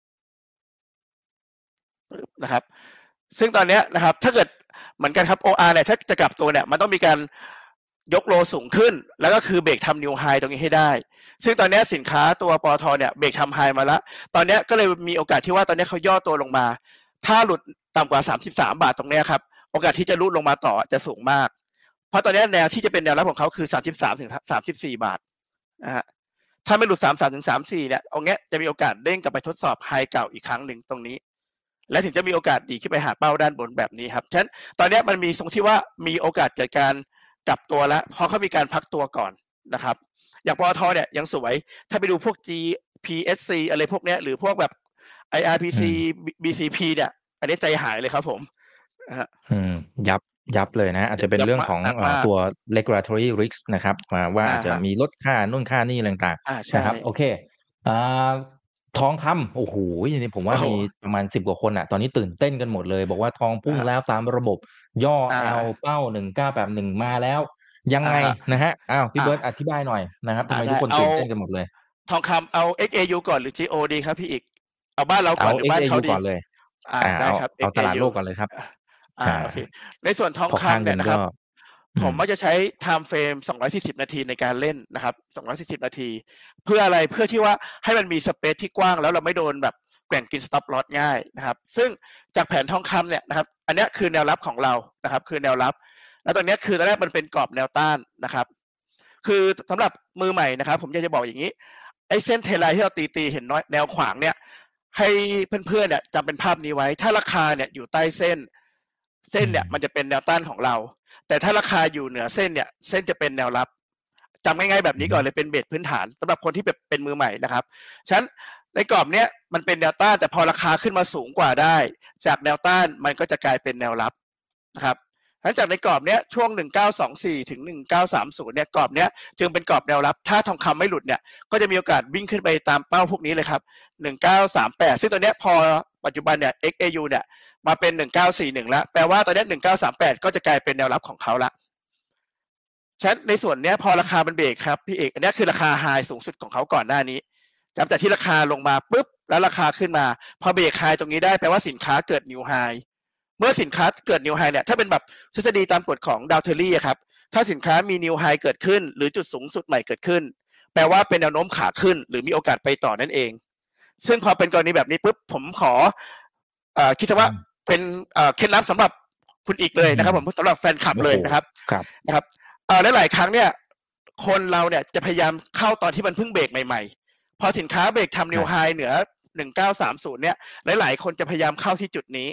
นะครับซึ่งตอนนี้นะครับถ้าเกิดเหมือนกันครับ โอ อาร์ เนี่ยถ้าจะกลับตัวเนี่ยมันต้องมีการยกโลสูงขึ้นแล้วก็คือเบรกทำนิวไฮตรงนี้ให้ได้ซึ่งตอนนี้สินค้าตัวปตทเนี่ยเบรกทำไฮมาแล้วตอนนี้ก็เลยมีโอกาสที่ว่าตอนนี้เขาย่อตัวลงมาถ้าหลุดต่ำกว่าสามสิบสามบาทตรงนี้ครับโอกาสที่จะรูดลงมาต่อจะสูงมากเพราะตอนนี้แนวที่จะเป็นแนวรับของเขาคือสามสิบสามถึงสามสิบสี่บาทนะฮะถ้าไม่หลุดสามสิบสามถึงสามสิบสี่เนี่ยเอาเงี้ยจะมีโอกาสเด้งกลับไปทดสอบไฮเก่าอีกครั้งหนึ่งตรงนี้และถึงจะมีโอกาสดีขึ้นไปหาเป้าด้านบนแบบนี้ครับฉะนั้นตอนนี้มันมีทรงที่ว่ามีโอกาสเกิดการกลับตัวแล้วเพราะเขามีการพักตัวก่อนนะครับอย่างปตทเนี่ยยังสวยถ้าไปดูพวก จี พี เอส ซี อะไรพวกเนี้ยหรือพวกแบบ ไอ อาร์ พี ซี บี ซี พี เนี่ยอันนี้ใจหายเลยครับผมอืมยับยับเลยนะอาจจะเป็นเรื่องของตัว regulatory risk นะครับว่าอาจจะมีลดค่านู่นค่านี่ต่างๆนะครับโอเคอ่าทองคำโอ้โหนี่ผมว่ามีประมาณสิบกว่าคนอ่ะตอนนี้ตื่นเต้นกันหมดเลยบอกว่าทองพุ่งแล้วตามระบบย่อ L เป้าหนึ่งเก้าแปดหนึ่งมาแล้วยังไงนะฮะอ้าวพี่เบิร์ดอธิบายหน่อยนะครับทำไมทุกคนตื่นเต้นกันหมดเลยทองคำเอา เอ็กซ์ เอ ยู ก่อนหรือ จี โอ ดีครับพี่อีกเอาบ้านเราก่อนหรือบ้านเขาดีก่อนเลยอ่าได้ครับเอาตลาดโลกก่อนเลยครับอ่าโอเคในส่วนทองคำเนี่ยนะครับผมก็จะใช้ time frame สองร้อยสี่สิบนาทีในการเล่นนะครับสองร้อยสี่สิบนาทีเพื่ออะไรเพื่อที่ว่าให้มันมีสเปซที่กว้างแล้วเราไม่โดนแบบแกว่งกิน stop loss ง่ายนะครับซึ่งจากแผนทองคำเนี่ยนะครับอันนี้คือแนวรับของเรานะครับคือแนวรับแล้วตอนนี้คือตอนแรกมันเป็นกรอบแนวต้านนะครับคือสำหรับมือใหม่นะครับผมอยากจะบอกอย่างนี้ไอ้เส้นเทไลน์ที่เราตีตีเห็นน้อยแนวขวางเนี่ยให้เพื่อนๆเนี่ยจำเป็นภาพนี้ไว้ถ้าราคาเนี่ยอยู่ใต้เส้นเส้นเนี่ยมันจะเป็นแนวต้านของเราแต่ถ้าราคาอยู่เหนือเส้นเนี่ยเส้นจะเป็นแนวรับจำง่ายๆแบบนี้ก่อนเลยเป็นเบสพื้นฐานสำหรับคนที่เป็นมือใหม่นะครับฉะนั้นในกรอบเนี้ยมันเป็นแนวต้านแต่พอราคาขึ้นมาสูงกว่าได้จากแนวต้านมันก็จะกลายเป็นแนวรับนะครับหลังจากในกรอบเนี้ยช่วงหนึ่งเก้าสองสี่ถึงหนึ่งเก้าสามศูนย์เนี่ยกรอบเนี้ยจึงเป็นกรอบแนวรับถ้าทองคำไม่หลุดเนี่ยก็จะมีโอกาสวิ่งขึ้นไปตามเป้าพวกนี้เลยครับหนึ่งเก้าสามแปดซึ่งตัวเนี้ยพอปัจจุบันเนี่ย เอ็กซ์ เอ ยู เนี่ยมาเป็นหนึ่งเก้าสี่หนึ่งแล้วแปลว่าตอนนี้หนึ่งเก้าสามแปดก็จะกลายเป็นแนวรับของเขาละฉะนั้นในส่วนนี้พอราคามันเบรกครับพี่เอกอันนี้คือราคาไฮสูงสุดของเขาก่อนหน้านี้จำจากที่ราคาลงมาปุ๊บแล้วราคาขึ้นมาพอเบรกไฮตรงนี้ได้แปลว่าสินค้าเกิดนิวไฮเมื่อสินค้าเกิดนิวไฮเนี่ยถ้าเป็นแบบทฤษฎีตามกฎของดาวเทอรี่ครับถ้าสินค้ามีนิวไฮเกิดขึ้นหรือจุดสูงสุดใหม่เกิดขึ้นแปลว่าเป็นแนวโน้มขาขึ้นหรือมีโอกาสไปต่อนั่นเองซึ่งพอเป็นกรณีแบบนี้ปุ๊บผมขอเอ่อคิดว่าเป็นเอ่อเคล็ดลับสำหรับคุณอีกเลยนะครับผมสำหรับแฟนคลับเลยนะครับนะครับเอ่อหลายๆครั้งเนี่ยคนเราเนี่ยจะพยายามเข้าตอนที่มันเพิ่งเบรกใหม่ๆพอสินค้าเบรกทำนิวไฮเหนือหนึ่งเก้าสามศูนย์เนี่ยหลายๆคนจะพยายามเข้าที่จุดนี้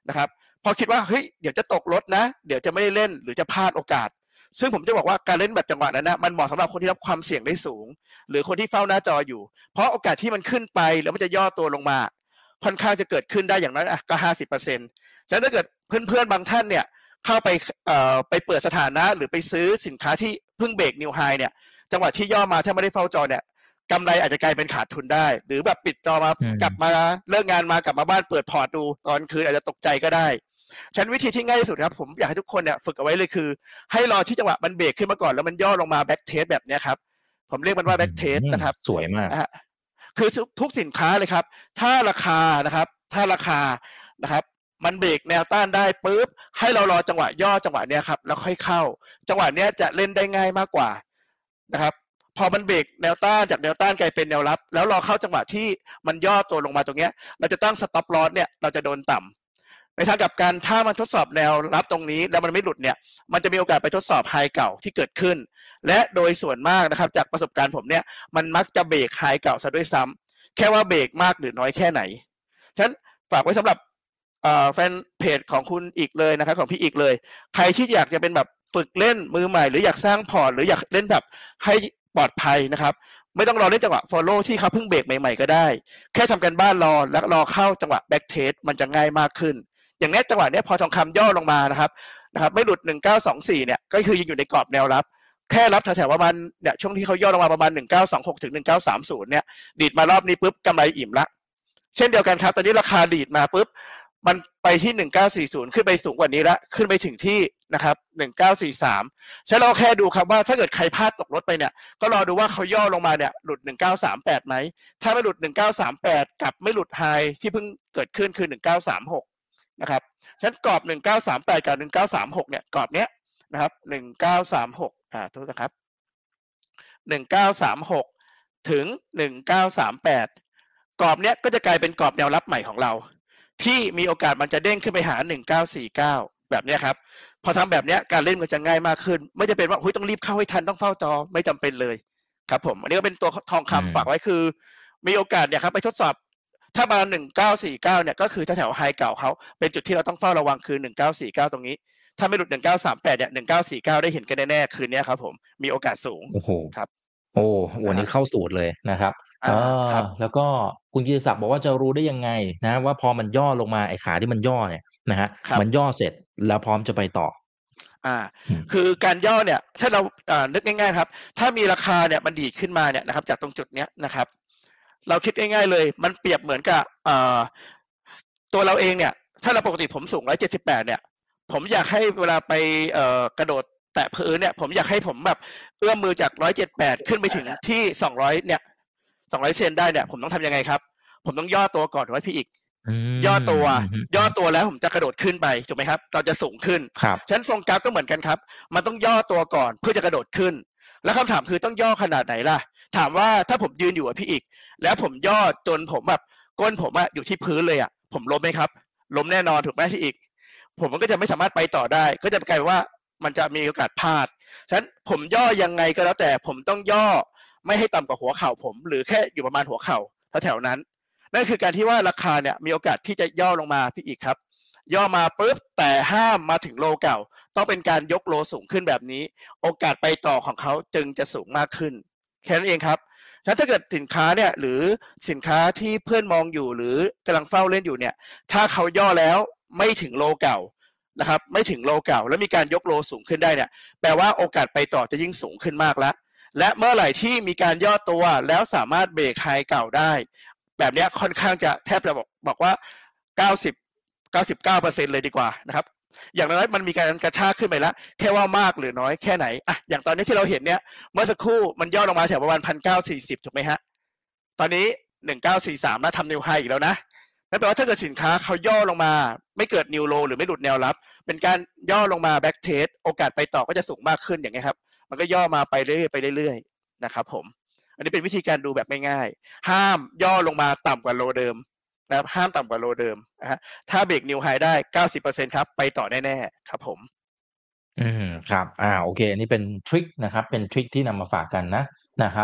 นะครับพอคิดว่าเฮ้ยเดี๋ยวจะตกรถนะเดี๋ยวจะไม่ได้เล่นหรือจะพลาดโอกาสซึ่งผมจะบอกว่าการเล่นแบบจังหวะนั้นนะมันเหมาะสำหรับคนที่รับความเสี่ยงได้สูงหรือคนที่เฝ้าหน้าจออยู่เพราะโอกาสที่มันขึ้นไปแล้วมันจะย่อตัวลงมาค่อนข้างจะเกิดขึ้นได้อย่างน้อยอ่ะก็ ห้าสิบเปอร์เซ็นต์ ฉะนั้นถ้าเกิดเพื่อนๆบางท่านเนี่ยเข้าไปเอ่อไปเปิดสถานะหรือไปซื้อสินค้าที่เพิ่งเบรกนิวไฮเนี่ยจังหวะที่ย่อมาถ้าไม่ได้เฝ้าจอเนี่ยกำไรอาจจะกลายเป็นขาดทุนได้หรือแบบปิดจอมากลับมาเลิกงานมากลับมาบ้านเปิดพอร์ตดูตอนคืนอาจจะตกใจก็ได้ฉะนั้นวิธีที่ง่ายที่สุดครับผมอยากให้ทุกคนเนี่ยฝึกเอาไว้เลยคือให้รอที่จังหวะมันเบรกขึ้นมาก่อนแล้วมันย่อลงมาแบ็กเทสแบบนี้ครับผมเรียกมันว่าแบ็กเทสนะครับสวยมากคือทุกสินค้าเลยครับถ้าราคานะครับถ้าราคานะครับมันเบรกแนวต้านได้ปุ๊บให้เรารอจังหวะย่อจังหวะเนี้ยครับแล้วค่อยเข้าจังหวะเนี้ยจะเล่นได้ง่ายมากกว่านะครับพอมันเบรกแนวต้านจากแนวต้านกลายเป็นแนวรับแล้วรอเข้าจังหวะที่มันย่อตัวลงมาตรงเนี้ยเราจะตั้งสต็อปลอสเนี่ยเราจะโดนต่ำในทางกลับกันถ้ามันทดสอบแนวรับตรงนี้แล้วมันไม่หลุดเนี่ยมันจะมีโอกาสไปทดสอบไฮเก่าที่เกิดขึ้นและโดยส่วนมากนะครับจากประสบการณ์ผมเนี่ยมันมักจะเบรกไฮเก่าซะด้วยซ้ำแค่ว่าเบรกมากหรือน้อยแค่ไหนฉะนั้นฝากไว้สำหรับแฟนเพจของคุณอีกเลยนะครับของพี่อีกเลยใครที่อยากจะเป็นแบบฝึกเล่นมือใหม่หรืออยากสร้างพอร์ตหรืออยากเล่นแบบให้ปลอดภัยนะครับไม่ต้องรอเล่นจังหวะ follow ที่เขาเพิ่งเบรกใหม่ๆก็ได้แค่ทำกันบ้านรอแล้วรอเข้าจังหวะ back test มันจะง่ายมากขึ้นอย่างนี้จังหวะนี้พอทองคำย่อลงมานะครับนะครับไม่หลุดหนึ่งเก้าสองสี่เนี่ยก็คือยังอยู่ในกรอบแนวรับแค่รับแถวๆประมาณเนี่ยช่วงที่เขาย่อลงมาประมาณหนึ่งเก้าสองหกถึงหนึ่งเก้าสามศูนย์เนี่ยดีดมารอบนี้ปุ๊บกำไรอิ่มละเช่นเดียวกันครับตอนนี้ราคาดีดมาปุ๊บมันไปที่หนึ่งเก้าสี่ศูนย์ขึ้นไปสูงกว่านี้แล้วขึ้นไปถึงที่นะครับหนึ่งเก้าสี่สามฉะนั้นเราแค่ดูครับว่าถ้าเกิดใครพลาดตกรถไปเนี่ยก็รอดูว่าเขาย่อลงมาเนี่ยหลุดหนึ่งเก้าสามแปดไหมถ้าไม่หลุดหนึ่งเก้าสามแปดกับไม่หลุดไฮที่เพิ่งเกิดขึ้นคือหนึ่งเก้าสามหกนะครับฉะนั้นกรอบหนึ่งเก้าสามแปดกับหนึ่งเก้าสามหกเนี่ยกรอบเนี้ยนะครับหนึ่งเก้าสามหกอ่าโทษนะครับหนึ่งเก้าสามหกถึงหนึ่งเก้าสามแปดกรอบเนี้ยก็จะกลายเป็นกรอบแนวรับใหม่ของเราที่มีโอกาสมันจะเด้งขึ้นไปหาหนึ่งเก้าสี่เก้าแบบนี้ครับพอทำแบบนี้การเล่นมันจะง่ายมากขึ้นไม่จำเป็นว่าต้องรีบเข้าให้ทันต้องเฝ้าจอไม่จำเป็นเลยครับผมอันนี้ก็เป็นตัวทองคำฝากไว้คือมีโอกาสเนี่ยครับไปทดสอบถ้ามาหนึ่งเก้าสี่เก้าเนี่ยก็คือแถวไฮเก่าเขาเป็นจุดที่เราต้องเฝ้าระวังคือหนึ่งเก้าสี่เก้าตรงนี้ถ้าไม่หลุดหนึ่งเก้าสามแปดเนี่ยหนึ่งเก้าสี่เก้าได้เห็นกันแน่ๆคืนนี้ครับผมมีโอกาสสูงโอ้โหครับโอ้วันนี้เข้าสูตรเลยนะครับเออแล้วก็คุณกิติศักดิ์บอกว่าจะรู้ได้ยังไงนะว่าพอมันย่อลงมาไอ้ขาที่มันย่อเนี่ยนะฮะมันย่อเสร็จแล้วพร้อมจะไปต่ออ่าคือการย่อเนี่ยถ้าเราอ่านึกง่ายๆครับถ้ามีราคาเนี่ยมันดีดขึ้นมาเนี่ยนะครับจากตรงจุดเนี้ยนะครับเราคิดง่ายๆเลยมันเปรียบเหมือนกับอ่าตัวเราเองเนี่ยถ้าเราปกติผมสูงหนึ่งร้อยเจ็ดสิบแปดเนี่ยผมอยากให้เวลาไปเอ่อกระโดดแตะพื้นเนี่ยผมอยากให้ผมแบบเอื้อมมือจากหนึ่งร้อยเจ็ดสิบแปดขึ้นไปถึงที่สองร้อยเนี่ยสองร้อยเซนได้เนี่ยผมต้องทำยังไงครับผมต้องย่อตัวก่อนถูกไหมพี่อีกย่อตัวย่อตัวแล้วผมจะกระโดดขึ้นไปถูกไหมครับเราจะสูงขึ้นฉะนั้นทรงกราฟก็เหมือนกันครับมันต้องย่อตัวก่อนเพื่อจะกระโดดขึ้นแล้วคำถามคือต้องย่อขนาดไหนล่ะถามว่าถ้าผมยืนอยู่กับพี่อีกแล้วผมย่อจนผมแบบก้นผมอะอยู่ที่พื้นเลยอะผมล้มไหมครับล้มแน่นอนถูกไหมพี่อีกผมมันก็จะไม่สามารถไปต่อได้ก็จะกลายว่ามันจะมีโอกาสพลาดฉะนั้นผมย่อยังไงก็แล้วแต่ผมต้องย่อไม่ให้ต่ำกว่าหัวเข่าผมหรือแค่อยู่ประมาณหัวเข่าแถวๆนั้นนั่นคือการที่ว่าราคาเนี่ยมีโอกาสที่จะย่อลงมาพี่อีกครับย่อมาปุ๊บแต่ห้ามมาถึงโลเก่าต้องเป็นการยกโลสูงขึ้นแบบนี้โอกาสไปต่อของเขาจึงจะสูงมากขึ้นแค่นั้นเองครับฉะนั้นถ้าเกิดสินค้าเนี่ยหรือสินค้าที่เพื่อนมองอยู่หรือกำลังเฝ้าเล่นอยู่เนี่ยถ้าเขาย่อแล้วไม่ถึงโลเก่านะครับไม่ถึงโลเก่าแล้วมีการยกโลสูงขึ้นได้เนี่ยแปลว่าโอกาสไปต่อจะยิ่งสูงขึ้นมากแล้วและเมื่อไหร่ที่มีการย่อตัวแล้วสามารถเบรกไฮเก่าได้แบบนี้ค่อนข้างจะแทบจะบอกบอกว่าเก้าสิบ เก้าสิบเก้าเปอร์เซ็นต์ เลยดีกว่านะครับอย่างน้อยมันมีการกระชากขึ้นไปแล้วแค่ว่ามากหรือน้อยแค่ไหนอ่ะอย่างตอนนี้ที่เราเห็นเนี่ยเมื่อสักครู่มันย่อลงมาแถวประมาณ หนึ่งพันเก้าร้อยสี่สิบ ถูกไหมฮะตอนนี้หนึ่งพันเก้าร้อยสี่สิบสามแล้วทำนิวไฮอีกแล้วนะนั่นแปลว่าถ้าเกิดสินค้าเขาย่อลงมาไม่เกิดนิวโลหรือไม่หลุดแนวรับเป็นการย่อลงมาแบ็กเทสโอกาสไปต่อก็จะสูงมากขึ้นอย่างเงี้ยครับมันก็ย่อมาไปเรื่อยๆไปเรื่อยๆนะครับผมอันนี้เป็นวิธีการดูแบบง่ายๆห้ามย่อลงมาต่ำกว่าโลเดิมนะครับห้ามต่ำกว่าโลเดิมนะฮะถ้าเบรกนิวไฮได้ เก้าสิบเปอร์เซ็นต์ ครับไปต่อแน่ๆครับผมอืมครับอ่าโอเคอันนี้เป็นทริคนะครับเป็นทริคที่นำมาฝากกันนะนะครับ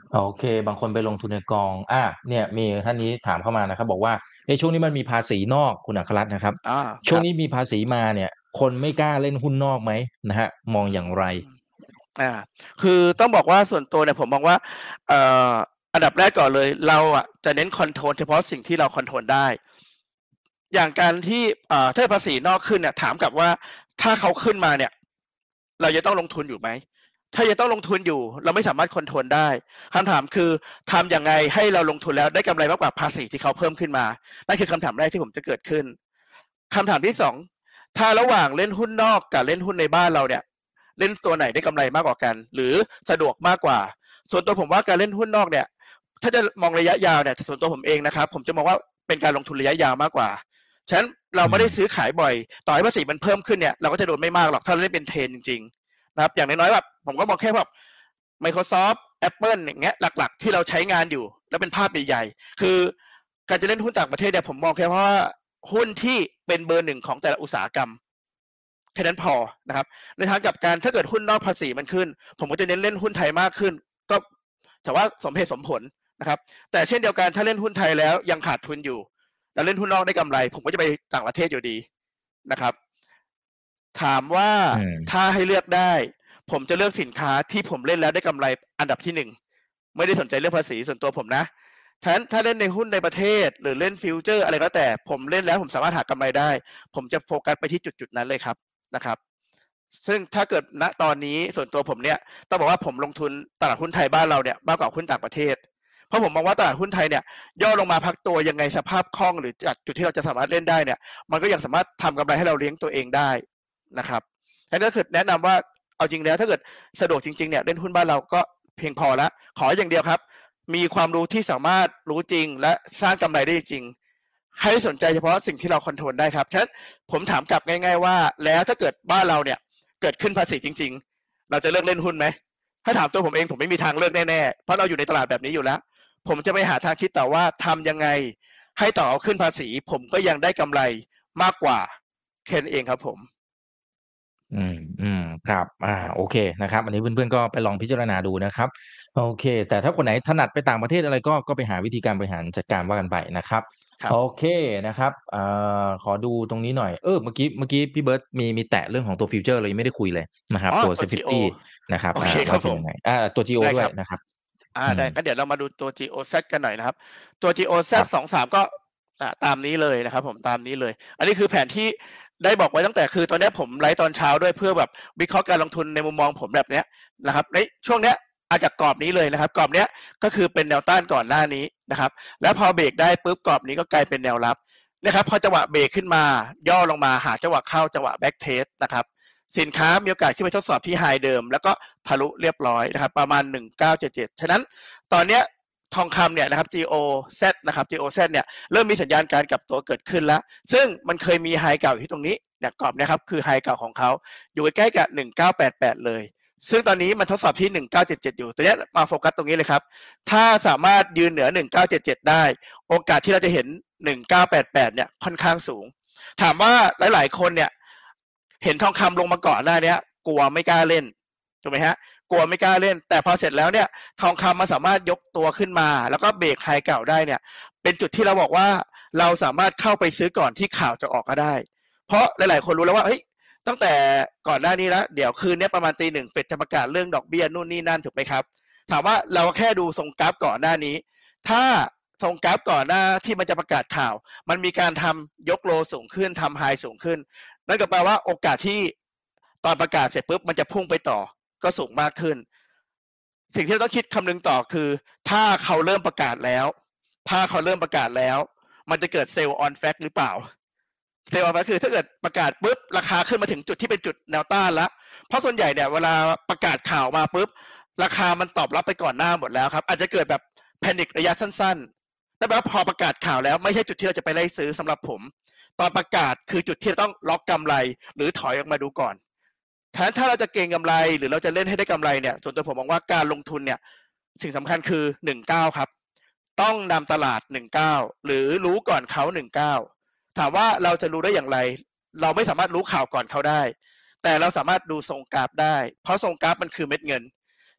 โอเคบางคนไปลงทุนในกองอาเนี่ยมีท่านนี้ถามเข้ามานะครับบอกว่าเอ๊ะช่วงนี้มันมีภาษีนอกคุณอัครรัตน์นะครับอาคช่วงรับนี้มีภาษีมาเนี่ยคนไม่กล้าเล่นหุ้นนอกไหมนะครับมองอือย่างไรม อาคือต้องบอกว่าส่วนตัวเนี่ยผมมองว่าเอ่ออันดับแรกก่อนเลยเราอะจะเน้นคอนโทรลเฉพาะสิ่งที่เราคอนโทรลได้อย่างการที่อ่าถ้าภาษีนอกขึ้นเนี่ยถามกลับว่าถ้าเขาขึ้นมาเนี่ยเราจะต้องลงทุนอยู่ไหมถ้ายังต้องลงทุนอยู่เราไม่สามารถคอนโทรลได้คำถามคือทำยังไงให้เราลงทุนแล้วได้กำไรมากกว่าภาษีที่เขาเพิ่มขึ้นมานั่นคือคำถามแรกที่ผมจะเกิดขึ้นคำถามที่สองถ้าระหว่างเล่นหุ้นนอกกับเล่นหุ้นในบ้านเราเนี่ย เล่นตัวไหนได้กำไรมากกว่ากันหรือสะดวกมากกว่า ส่วนตัวผมว่าการเล่นหุ้นนอกเนี่ยถ้าจะมองระยะยาวเนี่ยส่วนตัวผมเองนะครับผมจะมองว่าเป็นการลงทุนระยะยาวมากกว่าฉะนั้นเราอืมไม่ได้ซื้อขายบ่อยต่อให้ภาษีมันเพิ่มขึ้นเนี่ยเราก็จะโดนไม่มากหรอกถ้าเราเล่นเป็นเทรนจริงๆนะครับอย่างน้อยๆแบบผมก็มองแค่แบบ Microsoft Apple อย่างเงี้ยหลักๆที่เราใช้งานอยู่แล้วเป็นภาพใหญ่ๆคือการจะเล่นหุ้นต่างประเทศเนี่ยผมมองแค่เพราะว่าหุ้นที่เป็นเบอร์หนึ่งของแต่ละอุตสาหกรรม แค่นั้นพอนะครับในทางกลับกันถ้าเกิดหุ้นนอกภาษีมันขึ้นผมก็จะเน้นเล่นหุ้นไทยมากขึ้นก็แต่ว่าสมเหตุสมผลนะครับแต่เช่นเดียวกันถ้าเล่นหุ้นไทยแล้วยังขาดทุนอยู่แล้วเล่นหุ้นนอกได้กำไรผมก็จะไปต่างประเทศอยู่ดีนะครับถามว่าอืมถ้าให้เลือกได้ผมจะเลือกสินค้าที่ผมเล่นแล้วได้กำไรอันดับที่หนึ่งไม่ได้สนใจเรื่องภาษีส่วนตัวผมนะฉะนั้นถ้าเล่นในหุ้นในประเทศหรือเล่นฟิวเจอร์อะไรก็แต่ผมเล่นแล้วผมสามารถหากำไรได้ผมจะโฟกัสไปที่จุดๆนั้นเลยครับ นะครับซึ่งถ้าเกิดณตอนนี้ส่วนตัวผมเนี่ยต้องบอกว่าผมลงทุนตลาดหุ้นไทยบ้านเราเนี่ยมากกว่าหุ้นต่างประเทศเพราะผมมองว่าตลาดหุ้นไทยเนี่ยย่อลงมาพักตัวยังไงสภาพคล่องหรือจากจุดที่เราจะสามารถเล่นได้เนี่ยมันก็ยังสามารถทำกำไรให้เราเลี้ยงตัวเองได้นะครับฉะนั้นก็คือแนะนำว่าเอาจริงแล้วถ้าเกิดสะดวกจริงๆเนี่ยเล่นหุ้นบ้านเราก็เพียงพอแล้วขออย่างเดียวครับมีความรู้ที่สามารถรู้จริงและสร้างกำไรได้จริงให้สนใจเฉพาะสิ่งที่เราคอนโทรลได้ครับฉะนั้น ผมถามกลับง่ายๆว่าแล้วถ้าเกิดบ้านเราเนี่ยเกิดขึ้นภาษีจริงๆเราจะเลิกเล่นหุ้นไหมถ้าถามตัวผมเองผมไม่มีทางเลิกแน่ๆเพราะเราอยู่ในตลาดแบบนี้อยู่แล้วผมจะไปหาทางคิดต่อว่าทำยังไงให้ต่อเอาขึ้นภาษีผมก็ยังได้กำไรมากกว่าแค่นั้นเองครับผมอืมอืมครับอาครับโอเคนะครับอันนี้เพื่อนๆก็ไปลองพิจารณาดูนะครับโอเคแต่ถ้าคนไหนถนัดไปต่างประเทศอะไรก็ก็ไปหาวิธีการบริหารจัดการว่ากันไปนะครับโอครับเคนะครับอ่าขอดูตรงนี้หน่อยเออเมื่อกี้เมื่อกี้พี่เบิร์ตมีมีแตะเรื่องของตัวฟิวเจอร์เรายังไม่ได้คุยเลยนะครับตัวอ๋อตัว จี โอเซฟตี้ นะครับโอเคอ่าครับผมว่าเป็นยังไงอาตัว จี โอได้ครับด้วยนะครับอาอืมได้งั้นเดี๋ยวเรามาดูตัว จี โอ แซด กันหน่อยนะครับตัว จี โอ แซดครับสองสามก็อ่าตามนี้เลยนะครับผมตามนี้เลยอันนี้คือแผนที่ได้บอกไว้ตั้งแต่คือตอนเนี้ยผมไลฟ์ตอนเช้าด้วยเพื่อแบบวิเคราะห์การลงทุนในมุมมองผมแบบเนี้ยนะครับในช่วงเนี้ยเอาจากกรอบนี้เลยนะครับกรอบเนี้ยก็คือเป็นแนวต้านก่อนหน้านี้นะครับแล้วพอเบรกได้ปุ๊บกรอบนี้ก็กลายเป็นแนวรับนะครับพอจังหวะเบรกขึ้นมาย่อลงมาหาจังหวะเข้าจังหวะแบ็กเทสนะครับ สินค้ามีโอกาสขึ้นไปทดสอบที่ไฮเดิมแล้วก็ทะลุเรียบร้อยนะครับประมาณหนึ่งพันเก้าร้อยเจ็ดสิบเจ็ดฉะนั้นตอนเนี้ยทองคำเนี่ยนะครับ จี โอ แซด นะครับ จี โอ แซด เนี่ยเริ่มมีสัญญาณการกลับตัวเกิดขึ้นแล้วซึ่งมันเคยมีไฮเก่าอยู่ที่ตรงนี้เนี่ยกรอบนะครับคือไฮเก่าของเขาอยู่ใกล้ๆกับหนึ่งพันเก้าร้อยแปดสิบแปดเลยซึ่งตอนนี้มันทดสอบที่หนึ่งพันเก้าร้อยเจ็ดสิบเจ็ดอยู่ตัวเนี้ยมาโฟกัสตรงนี้เลยครับถ้าสามารถยืนเหนือหนึ่งพันเก้าร้อยเจ็ดสิบเจ็ดได้โอกาสที่เราจะเห็นหนึ่งพันเก้าร้อยแปดสิบแปดเนี่ยค่อนข้างสูงถามว่าหลายๆคนเนี่ยเห็นทองคำลงมาก่อนหน้านี้กลัวไม่กล้าเล่นถูกไหมฮะกลัวไม่กล้าเล่นแต่พอเสร็จแล้วเนี่ยทองคำมันสามารถยกตัวขึ้นมาแล้วก็เบรกไฮเก่าได้เนี่ยเป็นจุดที่เราบอกว่าเราสามารถเข้าไปซื้อก่อนที่ข่าวจะออกก็ได้เพราะหลายๆคนรู้แล้วว่าเฮ้ยตั้งแต่ก่อนหน้านี้แล้วเดี๋ยวคืนนี้ประมาณตีหนึ่งเฟดจะประกาศเรื่องดอกเบี้ยนู่นนี่นั่นถูกไหมครับถามว่าเราแค่ดูทรงกราฟก่อนหน้านี้ถ้าทรงกราฟก่อนหน้าที่มันจะประกาศข่าวมันมีการทำยกโลสูงขึ้นทำไฮสูงขึ้นนั่นก็แปลว่าโอกาสที่ตอนประกาศเสร็จปุ๊บมันจะพุ่งไปต่อก็สูงมากขึ้นสิ่งที่เราต้องคิดคำนึงต่อคือถ้าเขาเริ่มประกาศแล้วถ้าเขาเริ่มประกาศแล้วมันจะเกิดเซลล์ออนแฟกหรือเปล่าเซลล์ออนแฟกคือถ้าเกิดประกาศปุ๊บราคาขึ้นมาถึงจุดที่เป็นจุดแนวต้านแล้วเพราะส่วนใหญ่เนี่ยเวลาประกาศข่าวมาปุ๊บราคามันตอบรับไปก่อนหน้าหมดแล้วครับอาจจะเกิดแบบแพนิคระยะสั้นๆแต่ว่าพอประกาศข่าวแล้วไม่ใช่จุดที่เราจะไปไล่ซื้อสำหรับผมตอนประกาศคือจุดที่ต้องล็อกกำไรหรือถอยออกมาดูก่อนถ้าถ้าเราจะเก็งกำไรหรือเราจะเล่นให้ได้กำไรเนี่ยส่วนตัวผมมองว่าการลงทุนเนี่ยสิ่งสำคัญคือหนึ่งเก้าครับต้องนำตลาดหนึ่งเก้าหรือรู้ก่อนเขาหนึ่งเก้าถามว่าเราจะรู้ได้อย่างไรเราไม่สามารถรู้ข่าวก่อนเขาได้แต่เราสามารถดูทรงกราฟได้เพราะทรงกราฟมันคือเม็ดเงิน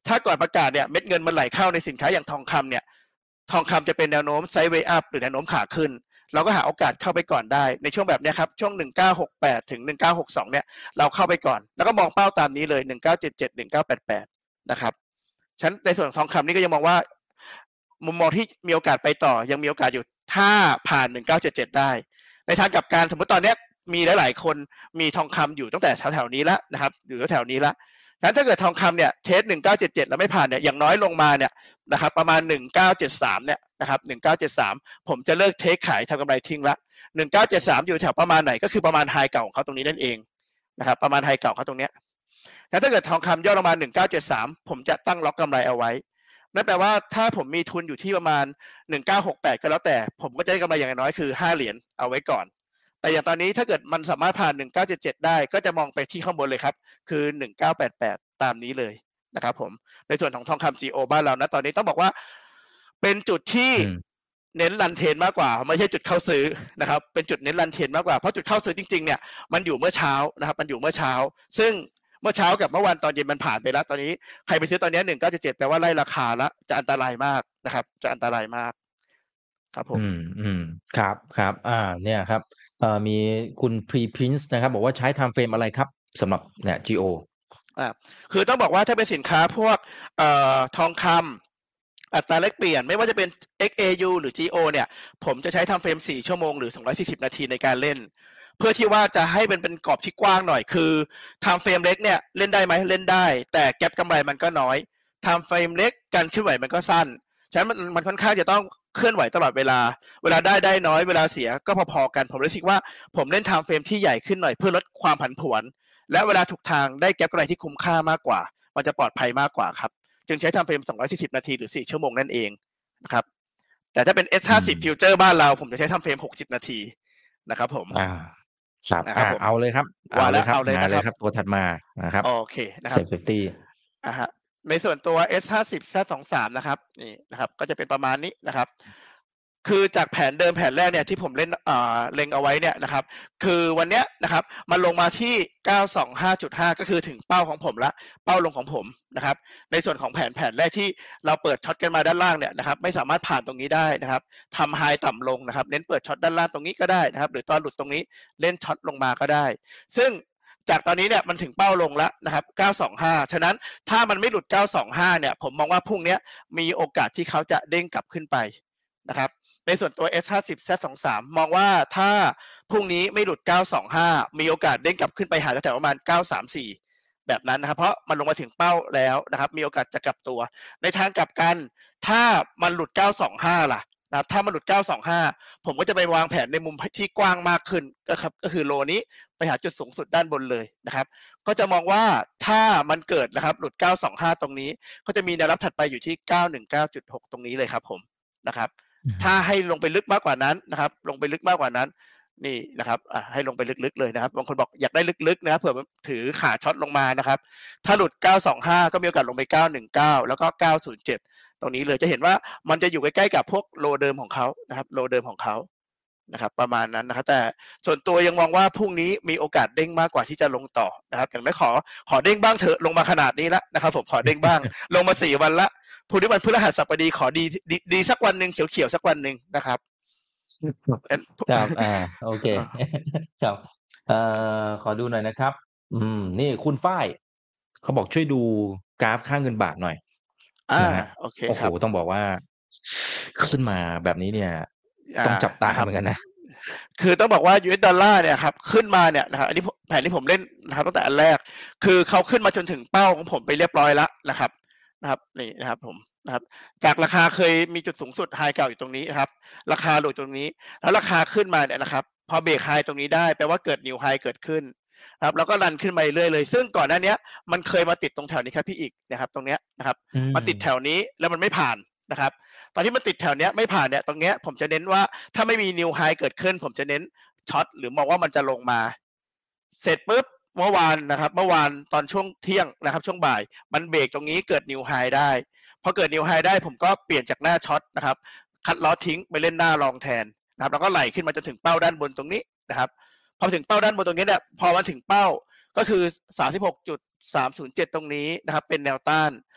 ถ้าก่อนประกาศเนี่ยเม็ดเงินมันไหลเข้าในสินค้าอย่างทองคำเนี่ยทองคำจะเป็นแนวโน้มไซด์เวย์อัพหรือแนวโน้มขาขึ้นเราก็หาโอกาสเข้าไปก่อนได้ในช่วงแบบนี้ครับช่วงหนึ่งเก้าหกแปดถึงหนึ่งเก้าหกสองเนี่ยเราเข้าไปก่อนแล้วก็มองเป้าตามนี้เลยหนึ่งเก้าเจ็ดเจ็ด หนึ่งเก้าแปดแปดนะครับฉะนั้นในส่วนของทองคำนี่ก็ยังมองว่ามุมมองที่มีโอกาสไปต่อยังมีโอกาสอยู่ถ้าผ่านหนึ่งเก้าเจ็ดเจ็ดได้ในทางกลับกันสมมติตอนนี้มีหลายๆคนมีทองคำอยู่ตั้งแต่แถวๆนี้แล้วนะครับอยู่แถวๆนี้แล้วงั้นถ้าเกิดทองคำเนี่ยเทสหนึ่งเก้าเจ็ดเจ็ดแล้วไม่ผ่านเนี่ยอย่างน้อยลงมาเนี่ยนะครับประมาณหนึ่งเก้าเจ็ดสามเนี่ยนะครับหนึ่งเก้าเจ็ดสามผมจะเลิกเทคขายทำกำไรทิ้งละหนึ่งเก้าเจ็ดสามอยู่แถวประมาณไหนก็คือประมาณไฮเก่าของเขาตรงนี้นั่นเองนะครับประมาณไฮเก่าเขาตรงเนี้ยแล้วถ้าเกิดทองคำย่อลงมาหนึ่งเก้าเจ็ดสามผมจะตั้งล็อกกำไรเอาไว้นั่นแปลว่าถ้าผมมีทุนอยู่ที่ประมาณหนึ่งเก้าหกแปดก็แล้วแต่ผมก็จะได้กำไรอย่างน้อยคือห้าเหรียญเอาไว้ก่อนแต่อย่างตอนนี้ถ้าเกิดมันสามารถผ่านหนึ่งเก้าเจ็ดเจ็ดได้ก็จะมองไปที่ข้างบนเลยครับคือหนึ่งเก้าแปดแปดตามนี้เลยนะครับผมในส่วนของทองคำ ซี โอ บ้านเรานะตอนนี้ต้องบอกว่าเป็นจุดที่เน้นรันเทรนมากกว่าไม่ใช่จุดเข้าซื้อนะครับเป็นจุดเน้นรันเทรนมากกว่าเพราะจุดเข้าซื้อจริงๆเนี่ยมันอยู่เมื่อเช้านะครับมันอยู่เมื่อเช้าซึ่งเมื่อเช้ากับเมื่อวานตอนเย็นมันผ่านไปแล้วตอนนี้ใครไปซื้อตอนนี้หนึ่งเก้าเจ็ดเจ็ดแปลว่าไล่ราคาแล้วจะอันตรายมากนะครับจะอันตรายมากครับผมอืมอืมครับครับอ่าเนี่ยครับเอ่อมีคุณพรีพรินซ์นะครับบอกว่าใช้ time frame อะไรครับสำหรับเนี่ย จี โออ่าคือต้องบอกว่าถ้าเป็นสินค้าพวกเอ่อทองคำอัตราแลกเปลี่ยนไม่ว่าจะเป็น เอ็กซ์ เอ ยู หรือ จี โอ เนี่ยผมจะใช้ทำเฟรมสี่ชั่วโมงหรือสองร้อยสี่สิบนาทีในการเล่นเพื่อที่ว่าจะให้เป็นเป็นกรอบที่กว้างหน่อยคือทำเฟรมเล็กเนี่ยเล่นได้ไหมเล่นได้แต่แก็ปกำไรมันก็น้อยทำเฟรมเล็กการเคลื่อนไหวมันก็สั้นฉะนั้นมันมันค่อนข้างจะต้องเคลื่อนไหวตลอดเวลาเวลาได้ได้น้อยเวลาเสียก็พอๆกันผมรู้สึกว่าผมเล่นทำเฟรมที่ใหญ่ขึ้นหน่อยเพื่อลดความผันผวนและเวลาถูกทางได้แก็ปกำไรที่คุ้มค่ามากกว่ามันจะปลอดภัยมากกว่าครับจึงใช้ทำเฟรมสองร้อยสี่สิบนาทีหรือสี่ชั่วโมงนั่นเองนะครับแต่ถ้าเป็น เอส ห้าสิบ ฟิวเจอร์บ้านเราผมจะใช้ทำเฟรมหกสิบนาทีนะครับผมอ่าครับนะคอ่ารับผมเอาเลยครับเอาว่าเลยครับแล้วเอาเลยมานะครับเลยครับตัวถัดมานะครับโอเคนะคเซรับฟตี้อ่าฮะในส่วนตัว เอส ห้าสิบ แซด สองสิบสามนะครับนี่นะครับก็จะเป็นประมาณนี้นะครับคือจากแผนเดิมแผนแรกเนี่ยที่ผมเล่นอ่าเล็งเอาไว้เนี่ยนะครับคือวันเนี้ยนะครับมันลงมาที่ เก้าสองห้าจุดห้า ก็คือถึงเป้าของผมละเป้าลงของผมนะครับในส่วนของแผนแผนแรกที่เราเปิดช็อตกันมาด้านล่างเนี่ยนะครับไม่สามารถผ่านตรงนี้ได้นะครับทำไฮต่ำลงนะครับเน้นเปิดช็อตด้านล่างตรงนี้ก็ได้นะครับหรือตอนหลุดตรงนี้เล่นช็อตลงมาก็ได้ซึ่งจากตอนนี้เนี่ยมันถึงเป้าลงแล้วนะครับเก้าสองห้าฉะนั้นถ้ามันไม่หลุดเก้าสองห้าเนี่ยผมมองว่าพรุ่งนี้มีโอกาสที่เขาจะเด้งกลับขึ้นไปนะครับในส่วนตัว เอส ห้าสิบ แซด สองสิบสาม มองว่าถ้าพรุ่งนี้ไม่หลุดเก้าสองห้ามีโอกาสเด้งกลับขึ้นไปหาแถวๆประมาณเก้าสามสี่แบบนั้นนะครับเพราะมันลงมาถึงเป้าแล้วนะครับมีโอกาสจะกลับตัวในทางกลับกันถ้ามันหลุดเก้าสองห้าล่ะนะครับถ้ามันหลุดเก้าสองห้าผมก็จะไปวางแผนในมุมที่กว้างมากขึ้นก็ครับก็คือโลนี้ไปหาจุดสูงสุดด้านบนเลยนะครับก็จะมองว่าถ้ามันเกิดนะครับหลุดเก้าสองห้าตรงนี้ก็จะมีแนวรับถัดไปอยู่ที่ เก้าหนึ่งเก้าจุดหก ตรงนี้เลยครับผมนะครับถ้าให้ลงไปลึกมากกว่านั้นนะครับลงไปลึกมากกว่านั้นนี่นะครับอ่ะให้ลงไปลึกๆเลยนะครับบางคนบอกอยากได้ลึกๆนะครับเผื่อถือขาช็อตลงมานะครับถ้าหลุดเก้าสองห้าก็มีโอกาสลงไปเก้าหนึ่งเก้าแล้วก็เก้าศูนย์เจ็ดตรงนี้เลยจะเห็นว่ามันจะอยู่ใกล้ๆกับพวกโลเดิมของเขานะครับโลเดิมของเขานะครับประมาณนั้นนะครับแต่ส่วนตัวยังมองว่าพรุ่งนี้มีโอกาสเด้งมากกว่าที่จะลงต่อนะครับอย่างไม่ขอขอเด้งบ้างเถอะลงมาขนาดนี้แล้วนะครับผมขอเด้งบ้าง ลงมาสี่วันละพรุ่งนี้วันพฤหัสบดีขอดีดีดีสักวันหนึ่งเขียวๆสักวันหนึ่งนะครับครับอ่าโอเคครับเอ่อขอดูหน่อยนะครับ อืมนี่คุณฝ้ายเขาบอกช่วยดูกราฟค่าเงินบาทหน่อยอ่านะฮะโอเคโอ้โหครับต้องบอกว่าขึ้นมาแบบนี้เนี่ยต้องจับตาเหมือนกันนะคือต้องบอกว่า ยู เอส ดอลลาร์เนี่ยครับขึ้นมาเนี่ยนะครับอันนี้แผนที่ผมเล่นนะครับตั้งแต่อันแรกคือเขาขึ้นมาจนถึงเป้าของผมไปเรียบร้อยแล้วนะครับนะครับนี่นะครับผมนะครับจากราคาเคยมีจุดสูงสุดไฮเก่าอยู่ตรงนี้นะครับราคาหลุดตรงนี้แล้วราคาขึ้นมาเนี่ยนะครับพอเบรกไฮตรงนี้ได้แปลว่าเกิดนิวไฮเกิดขึ้นครับแล้วก็รันขึ้นมาเรื่อยเลยซึ่งก่อนหน้านี้มันเคยมาติดตรงแถวนี้ครับพี่อีกนะครับตรงเนี้ยนะครับมาติดแถวนี้แล้วมันไม่ผ่านนะครับตอนที่มันติดแถวเนี้ยไม่ผ่านเนี่ยตรงเนี้ยผมจะเน้นว่าถ้าไม่มีนิวไฮเกิดขึ้นผมจะเน้นช็อตหรือมองว่ามันจะลงมาเสร็จปุ๊บเมื่อวานนะครับเมื่อวานตอนช่วงเที่ยงนะครับช่วงบ่ายมันเบรกตรงนี้เกิดนิวไฮได้พอเกิดนิวไฮได้ผมก็เปลี่ยนจากหน้าช็อตนะครับคัดล้อทิ้งไปเล่นหน้าลองแทนนะครับแล้วก็ไหลขึ้นมาจนถึงเป้าด้านบนตรงนี้นะครับพอถึงเป้าด้านบนตรงนี้เนี่ยพอมาถึงเป้าก็คือ สามสิบหกจุดสามศูนย์เจ็ด ตรงนี้นะครับเป็นแนวต้านพ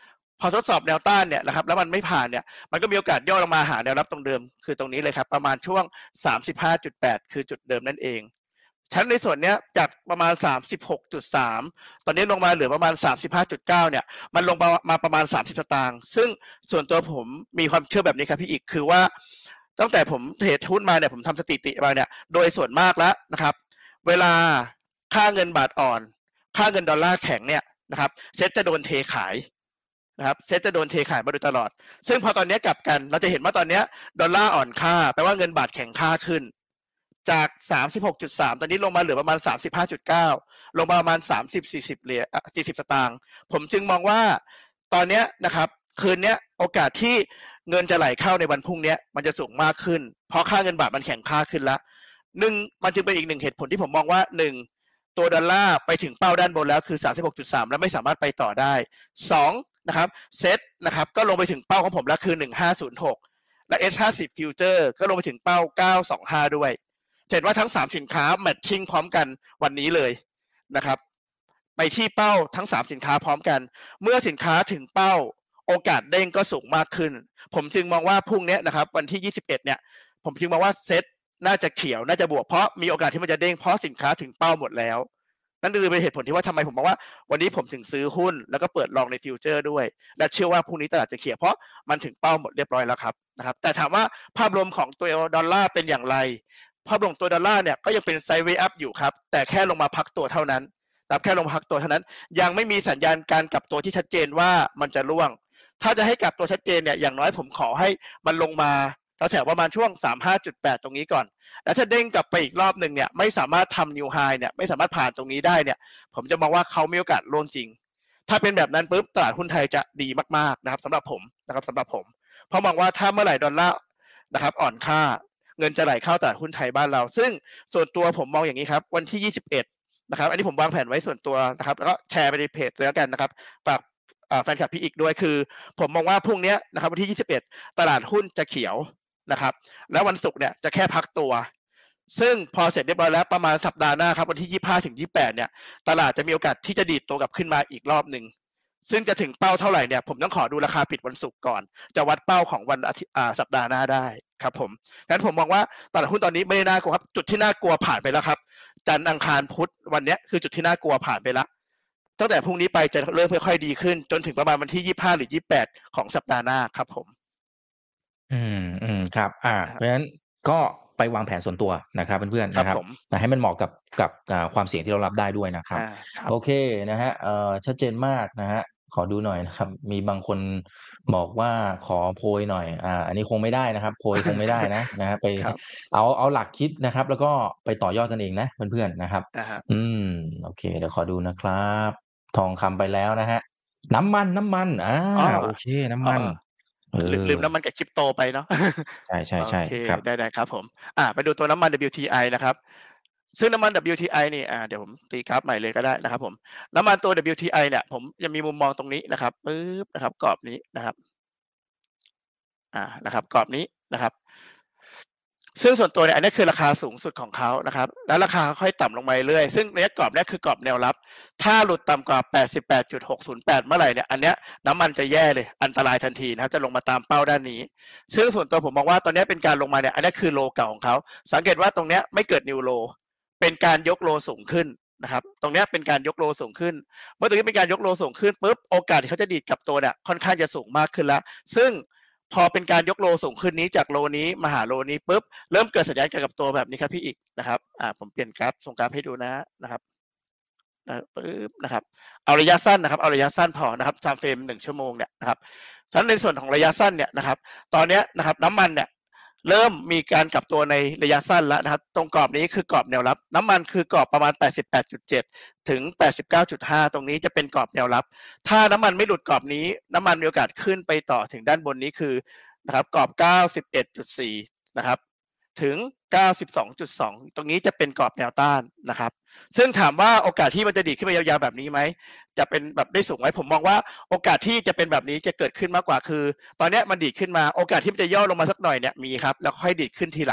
อทดสอบแนวต้านเนี่ยนะครับแล้วมันไม่ผ่านเนี่ยมันก็มีโอกาสย่อลงมาหาแนวรับตรงเดิมคือตรงนี้เลยครับประมาณช่วง สามสิบห้าจุดแปด คือจุดเดิมนั่นเองชั้นในส่วนเนี้ยจากประมาณ สามสิบหกจุดสาม ตอนนี้ลงมาเหลือประมาณ สามสิบห้าจุดเก้า เนี่ยมันลงมามาประมาณสามสิบสตางค์ซึ่งส่วนตัวผมมีความเชื่อแบบนี้ครับพี่อีกคือว่าตั้งแต่ผมเทรดหุ้นมาเนี่ยผมทำสถิติมาเนี่ยโดยส่วนมากแล้วนะครับเวลาค่าเงินบาทอ่อนค่าเงินดอลลาร์แข็งเนี่ยนะครับเซ็ตจะโดนเทขายนะครับเซ็ตจะโดนเทขายมาโดยตลอดซึ่งพอตอนนี้กลับกันเราจะเห็นว่าตอนนี้ดอลลาร์อ่อนค่าแปลว่าเงินบาทแข็งค่าขึ้นจาก สามสิบหกจุดสาม ตอนนี้ลงมาเหลือประมาณ สามสิบห้าจุดเก้า ลงมาประมาณ สามสิบ สี่สิบ เหรียญสี่สิบ สตางค์ผมจึงมองว่าตอนนี้นะครับคืนนี้โอกาสที่เงินจะไหลเข้าในวันพรุ่งนี้มันจะสูงมากขึ้นเพราะค่าเงินบาทมันแข็งค่าขึ้นแล้วหนึ่งมันจึงเป็นอีกหนึ่งเหตุผลที่ผมมองว่าหนึ่งตัวดอลลาร์ไปถึงเป้าด้านบนแล้วคือ สามสิบหกจุดสาม แล้วไม่สามารถไปต่อได้สองนะครับเซ็ตนะครับก็ลงไปถึงเป้าของผมแล้วคือหนึ่งพันห้าร้อยหกและ เอส ห้าสิบ Future ก็ลงไปถึงเป้าเก้าร้อยยี่สิบห้าด้วยเห็นว่าทั้งสามสินค้าแมทชิ่งพร้อมกันวันนี้เลยนะครับไปที่เป้าทั้งสามสินค้าพร้อมกันเมื่อสินค้าถึงเป้าโอกาสเด้งก็สูงมากขึ้นผมจึงมองว่าพรุ่งนี้นะครับวันที่ยี่สิบเอ็ดเนี่ยผมจึงมองว่าเซ็ตน่าจะเขียวน่าจะบวกเพราะมีโอกาสที่มันจะเด้งเพราะสินค้าถึงเป้าหมดแล้วนั่นคือเป็นเหตุผลที่ว่าทำไมผมมองว่าวันนี้ผมถึงซื้อหุ้นแล้วก็เปิดลองในฟิวเจอร์ด้วยและเชื่อว่าพรุ่งนี้ตลาดจะเขียวเพราะมันถึงเป้าหมดเรียบร้อยแล้วครับนะครับแต่ถามว่าภาพรวมของตัวดอลลาร์เป็นอย่างไรภาพรวมตัวดอลลาร์เนี่ยก็ยังเป็นไซด์เวย์อัพอยู่ครับแต่แค่ลงมาพักตัวเท่านั้นครับแค่ลงมาพักตัวเท่านั้นยังไม่มีสัญญาณการกลับตัวที่ชัดเจนว่ามันจะร่วงถ้าจะให้กลับตัวชัดเจนเนี่ยอย่างน้อยผมขอให้มันลงมาแถวประมาณช่วง สามสิบห้าจุดแปด ตรงนี้ก่อนแล้วถ้าเด้งกลับไปอีกรอบหนึ่งเนี่ยไม่สามารถทำนิวไฮเนี่ยไม่สามารถผ่านตรงนี้ได้เนี่ยผมจะมองว่าเขามีโอกาสร่วงจริงถ้าเป็นแบบนั้นปุ๊บตลาดหุ้นไทยจะดีมากๆนะครับสำหรับผมนะครับสำหรับผมเพราะมองว่าถ้าเมื่อไหร่ดอลลาร์นะครับอ่อนค่าเงินจะไหลเข้าตลาดหุ้นไทยบ้านเราซึ่งส่วนตัวผมมองอย่างนี้ครับวันที่ยี่สิบเอ็ดนะครับอันนี้ผมวางแผนไว้ส่วนตัวนะครับแล้วก็แชร์ไปในเพจแล้วกันนะครับฝากแฟนคลับพี่อีกด้วยคือผมมองว่าพรุ่งนี้นะครับวันที่ยี่สิบเอ็ดตลาดหุ้นจะเขียวนะครับแล้ววันศุกร์เนี่ยจะแค่พักตัวซึ่งพอเสร็จเรียบร้อยแล้วประมาณสัปดาห์หน้าครับวันที่ยี่สิบห้าถึงยี่สิบแปดเนี่ยตลาดจะมีโอกาสที่จะดีดตัวกลับขึ้นมาอีกรอบนึงซึ่งจะถึงเป้าเท่าไหร่เนี่ยผมต้องขอดูราคาปิดวันศุกร์ก่อนจะวัดเป้าของวันอาทิตย์สัปดาห์หน้าได้ครับผมงั้นผมมองว่าตลาดหุ้นตอนนี้ไม่ได้น่ากลัวครับจุดที่น่ากลัวผ่านไปแล้วครับจันทร์อังคารพุธวันนี้คือจุดที่น่ากลัวผ่านไปแล้วตั้งแต่พรุ่งนี้ไปจะเริ่มค่อยๆดีขึ้นจนถึงประมาณวันที่ยี่สิบห้าหรือยี่สิบแปดของสัปดาห์หน้าครับผมอืมอืมครับอ่าเพราะฉะนั้นก็ไปวางแผนส่วนตัวนะครับเพื่อนๆนะครับแต่ให้มันเหมาะกับกับอ่าความเสี่ยงที่เรารับได้ด้วยนะครับโอเคนะฮะเอ่อชัดเจนมากนะฮะขอดูหน่อยนะครับมีบางคนบอกว่าขอโพยหน่อยอ่าอันนี้คงไม่ได้นะครับโพยคงไม่ได้นะนะฮะไปเอาเอาหลักคิดนะครับแล้วก็ไปต่อยอดกันเองนะเพื่อนๆนะครับอืมโอเคเดี๋ยวขอดูนะครับทองคำไปแล้วนะฮะน้ำมันน้ำมันอ่าโอเคน้ำมันลืมน้ำมันกับคริปโตไปเนาะใช่ใช่ใช่ครับได้ได้ครับผมอ่าไปดูตัวน้ำมัน ดับเบิลยู ที ไอ นะครับซึ่งน้ำมัน ดับเบิลยู ที ไอ นี่อ่าเดี๋ยวผมตีกราฟใหม่เลยก็ได้นะครับผมน้ำมันตัว ดับเบิลยู ที ไอ เนี่ยผมยังมีมุมมองตรงนี้นะครับปึ๊บนะครับกรอบนี้นะครับอ่านะครับกรอบนี้นะครับซึ่งส่วนตัวเนี่ยอันนี้คือราคาสูงสุดของเขานะครับแล้วราคาค่อยต่ำลงมาเรื่อยซึ่งในกรอบนี้คือกรอบแนวรับถ้าหลุดต่ำกว่า แปดสิบแปดจุดหกศูนย์แปด เมื่อไหร่เนี่ยอันเนี้ยน้ำมันจะแย่เลยอันตรายทันทีนะครับจะลงมาตามเป้าด้านนี้ซึ่งส่วนตัวผมมองว่าตอนนี้เป็นการลงมาเนี่ยอันนี้คือโลเก่าของเขาสังเกตว่าตรงเนี้ยไม่เกิดนิวโลเป็นการยกโลสูงขึ้นนะครับตรงนี้เป็นการยกโลสูงขึ้นเมื่อตรงนี้เป็นการยกโลสูงขึ้นปุ๊บโอกาสที่เขาจะดีดกลับตัวเนี่ยค่อนข้างจะสูงมากขึ้นแล้วซึ่งพอเป็นการยกโลสูงขึ้นนี้จากโลนี้มาหาโลนี้ปุ๊บเริ่มเกิดสัญญาณการกลับตัวแบบนี้ครับพี่อีกนะครับอ่าผมเปลี่ยนกราฟส่งกราฟให้ดูนะนะครับปุ๊บนะครับเอาระยะสั้นนะครับเอาระยะสั้นพอนะครับไทม์เฟรมหนึ่งชั่วโมงเนี่ยนะครับฉะนั้นในส่วนของระยะสั้นเนี่ยนะครับตอนนี้นะครับน้ำมันเนี่ยเริ่มมีการกลับตัวในระยะสั้นแล้วนะครับตรงกรอบนี้คือกรอบแนวรับน้ำมันคือกรอบประมาณ แปดสิบแปดจุดเจ็ด ถึง แปดสิบเก้าจุดห้า ตรงนี้จะเป็นกรอบแนวรับถ้าน้ำมันไม่หลุดกรอบนี้น้ำมันมีโอกาสขึ้นไปต่อถึงด้านบนนี้คือนะครับกรอบ เก้าสิบเอ็ดจุดสี่ นะครับถึง เก้าสิบสองจุดสอง ตรงนี้จะเป็นกรอบแนวต้านนะครับซึ่งถามว่าโอกาสที่มันจะดีขึ้นไปยาวๆแบบนี้ไหมจะเป็นแบบได้สูงไหมผมมองว่าโอกาสที่จะเป็นแบบนี้จะเกิดขึ้นมากกว่าคือตอนนี้มันดีขึ้นมาโอกาสที่มันจะย่อลงมาสักหน่อยเนี่ยมีครับแล้วค่อยดีขึ้นทีหลัง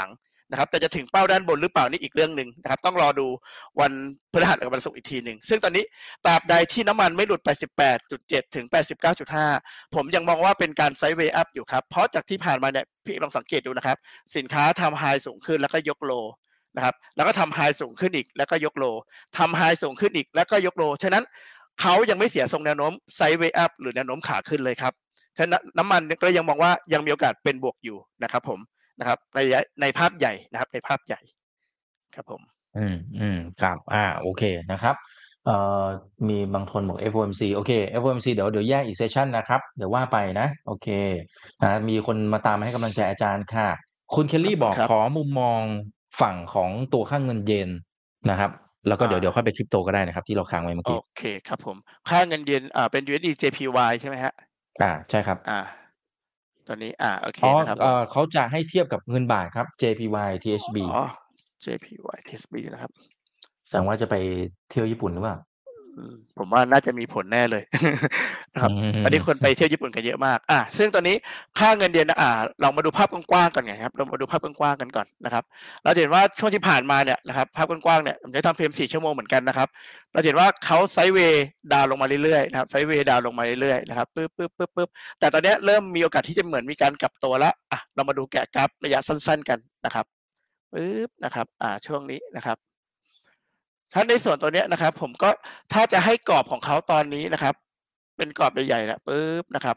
นะครับแต่จะถึงเป้าด้านบนหรือเปล่านี่อีกเรื่องหนึ่งนะครับต้องรอดูวันพฤหัสกับวันศุกร์อีกทีหนึ่งซึ่งตอนนี้ตราบใดที่น้ำมันไม่หลุด แปดสิบแปดจุดเจ็ด ถึง แปดสิบเก้าจุดห้า ผมยังมองว่าเป็นการไซด์เวย์อัพอยู่ครับเพราะจากที่ผ่านมาเนี่ยพี่ลองสังเกตดูนะครับสินค้าทำไฮสูงขึ้นแล้วก็ยกโลนะครับแล้วก็ทำไฮสูงขึ้นอีกแล้วก็ยกโลทำไฮสูงขึ้นอีกแล้วก็ยกโลฉะนั้นเขายังไม่เสียทรงแนวโน้มไซด์เวย์อัพหรือแนวโน้มขาขึ้นเลยครับฉะนั้นน้ำมันก็ยังมองว่ายังมีโอกาสเป็นบวกอยู่นะครับผมนะครับในในภาพใหญ่นะครับในภาพใหญ่ครับผมอืมอืมครับอ่าโอเคนะครับเอ่อมีบางคนบอก เอฟ โอ เอ็ม ซี โอเค เอฟ โอ เอ็ม ซี เดี๋ยวเดี๋ยวแยกอีกเซสชันนะครับเดี๋ยวว่าไปนะโอเคอ่ามีคนมาตามมาให้กำลังใจอาจารย์ค่ะคุณเคลลี่บอกขอมุมมองฝั่งของตัวค่าเงินเยนนะครับแล้วก็เดี๋ยวเดี๋ยวค่อยไปคริปโตก็ได้นะครับที่เราค้างไว้เมื่อกี้โอเคครับผมค่าเงินเยนอ่าเป็น ยู เอส ดี เจ พี วาย ใช่ไหมฮะอ่าใช่ครับอ่าตอนนี้อ่าโอเคอ๋อนะครับผมเอ่อเขาจะให้เทียบกับเงินบาทครับ เจ พี วาย ที เอช บีอ๋อ เจ พี วาย ที เอส บี นะครับแสดงว่าจะไปเที่ยวญี่ปุ่นหรือเปล่าผมว่าน่าจะมีผลแน่เลย นะครับตอนนี้คนไปเที่ยวญี่ปุ่นกันเยอะมากอ่ะซึ่งตอนนี้ค่าเงินเยนอ่าเรามาดูภาพกว้างๆกันไงครับเรามาดูภาพกว้างๆกันก่อนนะครับเราเห็นว่าช่วงที่ผ่านมาเนี่ยนะครับภาพกว้างๆเนี่ยผมจะทำเฟรมสี่ชั่วโมงเหมือนกันนะครับเราเห็นว่าเขาไซด์เวย์ดาวลงมาเรื่อยๆนะครับไซด์เวย์ดาวลงมาเรื่อยๆนะครับปึ๊บปึ๊บปึ๊บปึ๊บแต่ตอนนี้เริ่มมีโอกาสที่จะเหมือนมีการกลับตัวแล้วอ่ะเรามาดูแกะกราฟระยะสั้นๆกันนะครับปึ๊บนะครับอ่าช่วงนี้นะครับถ้าในส่วนตัวนี้นะครับผมก็ถ้าจะให้กรอบของเขาตอนนี้นะครับเป็นกรอบใหญ่ๆนะปึ๊บนะครับ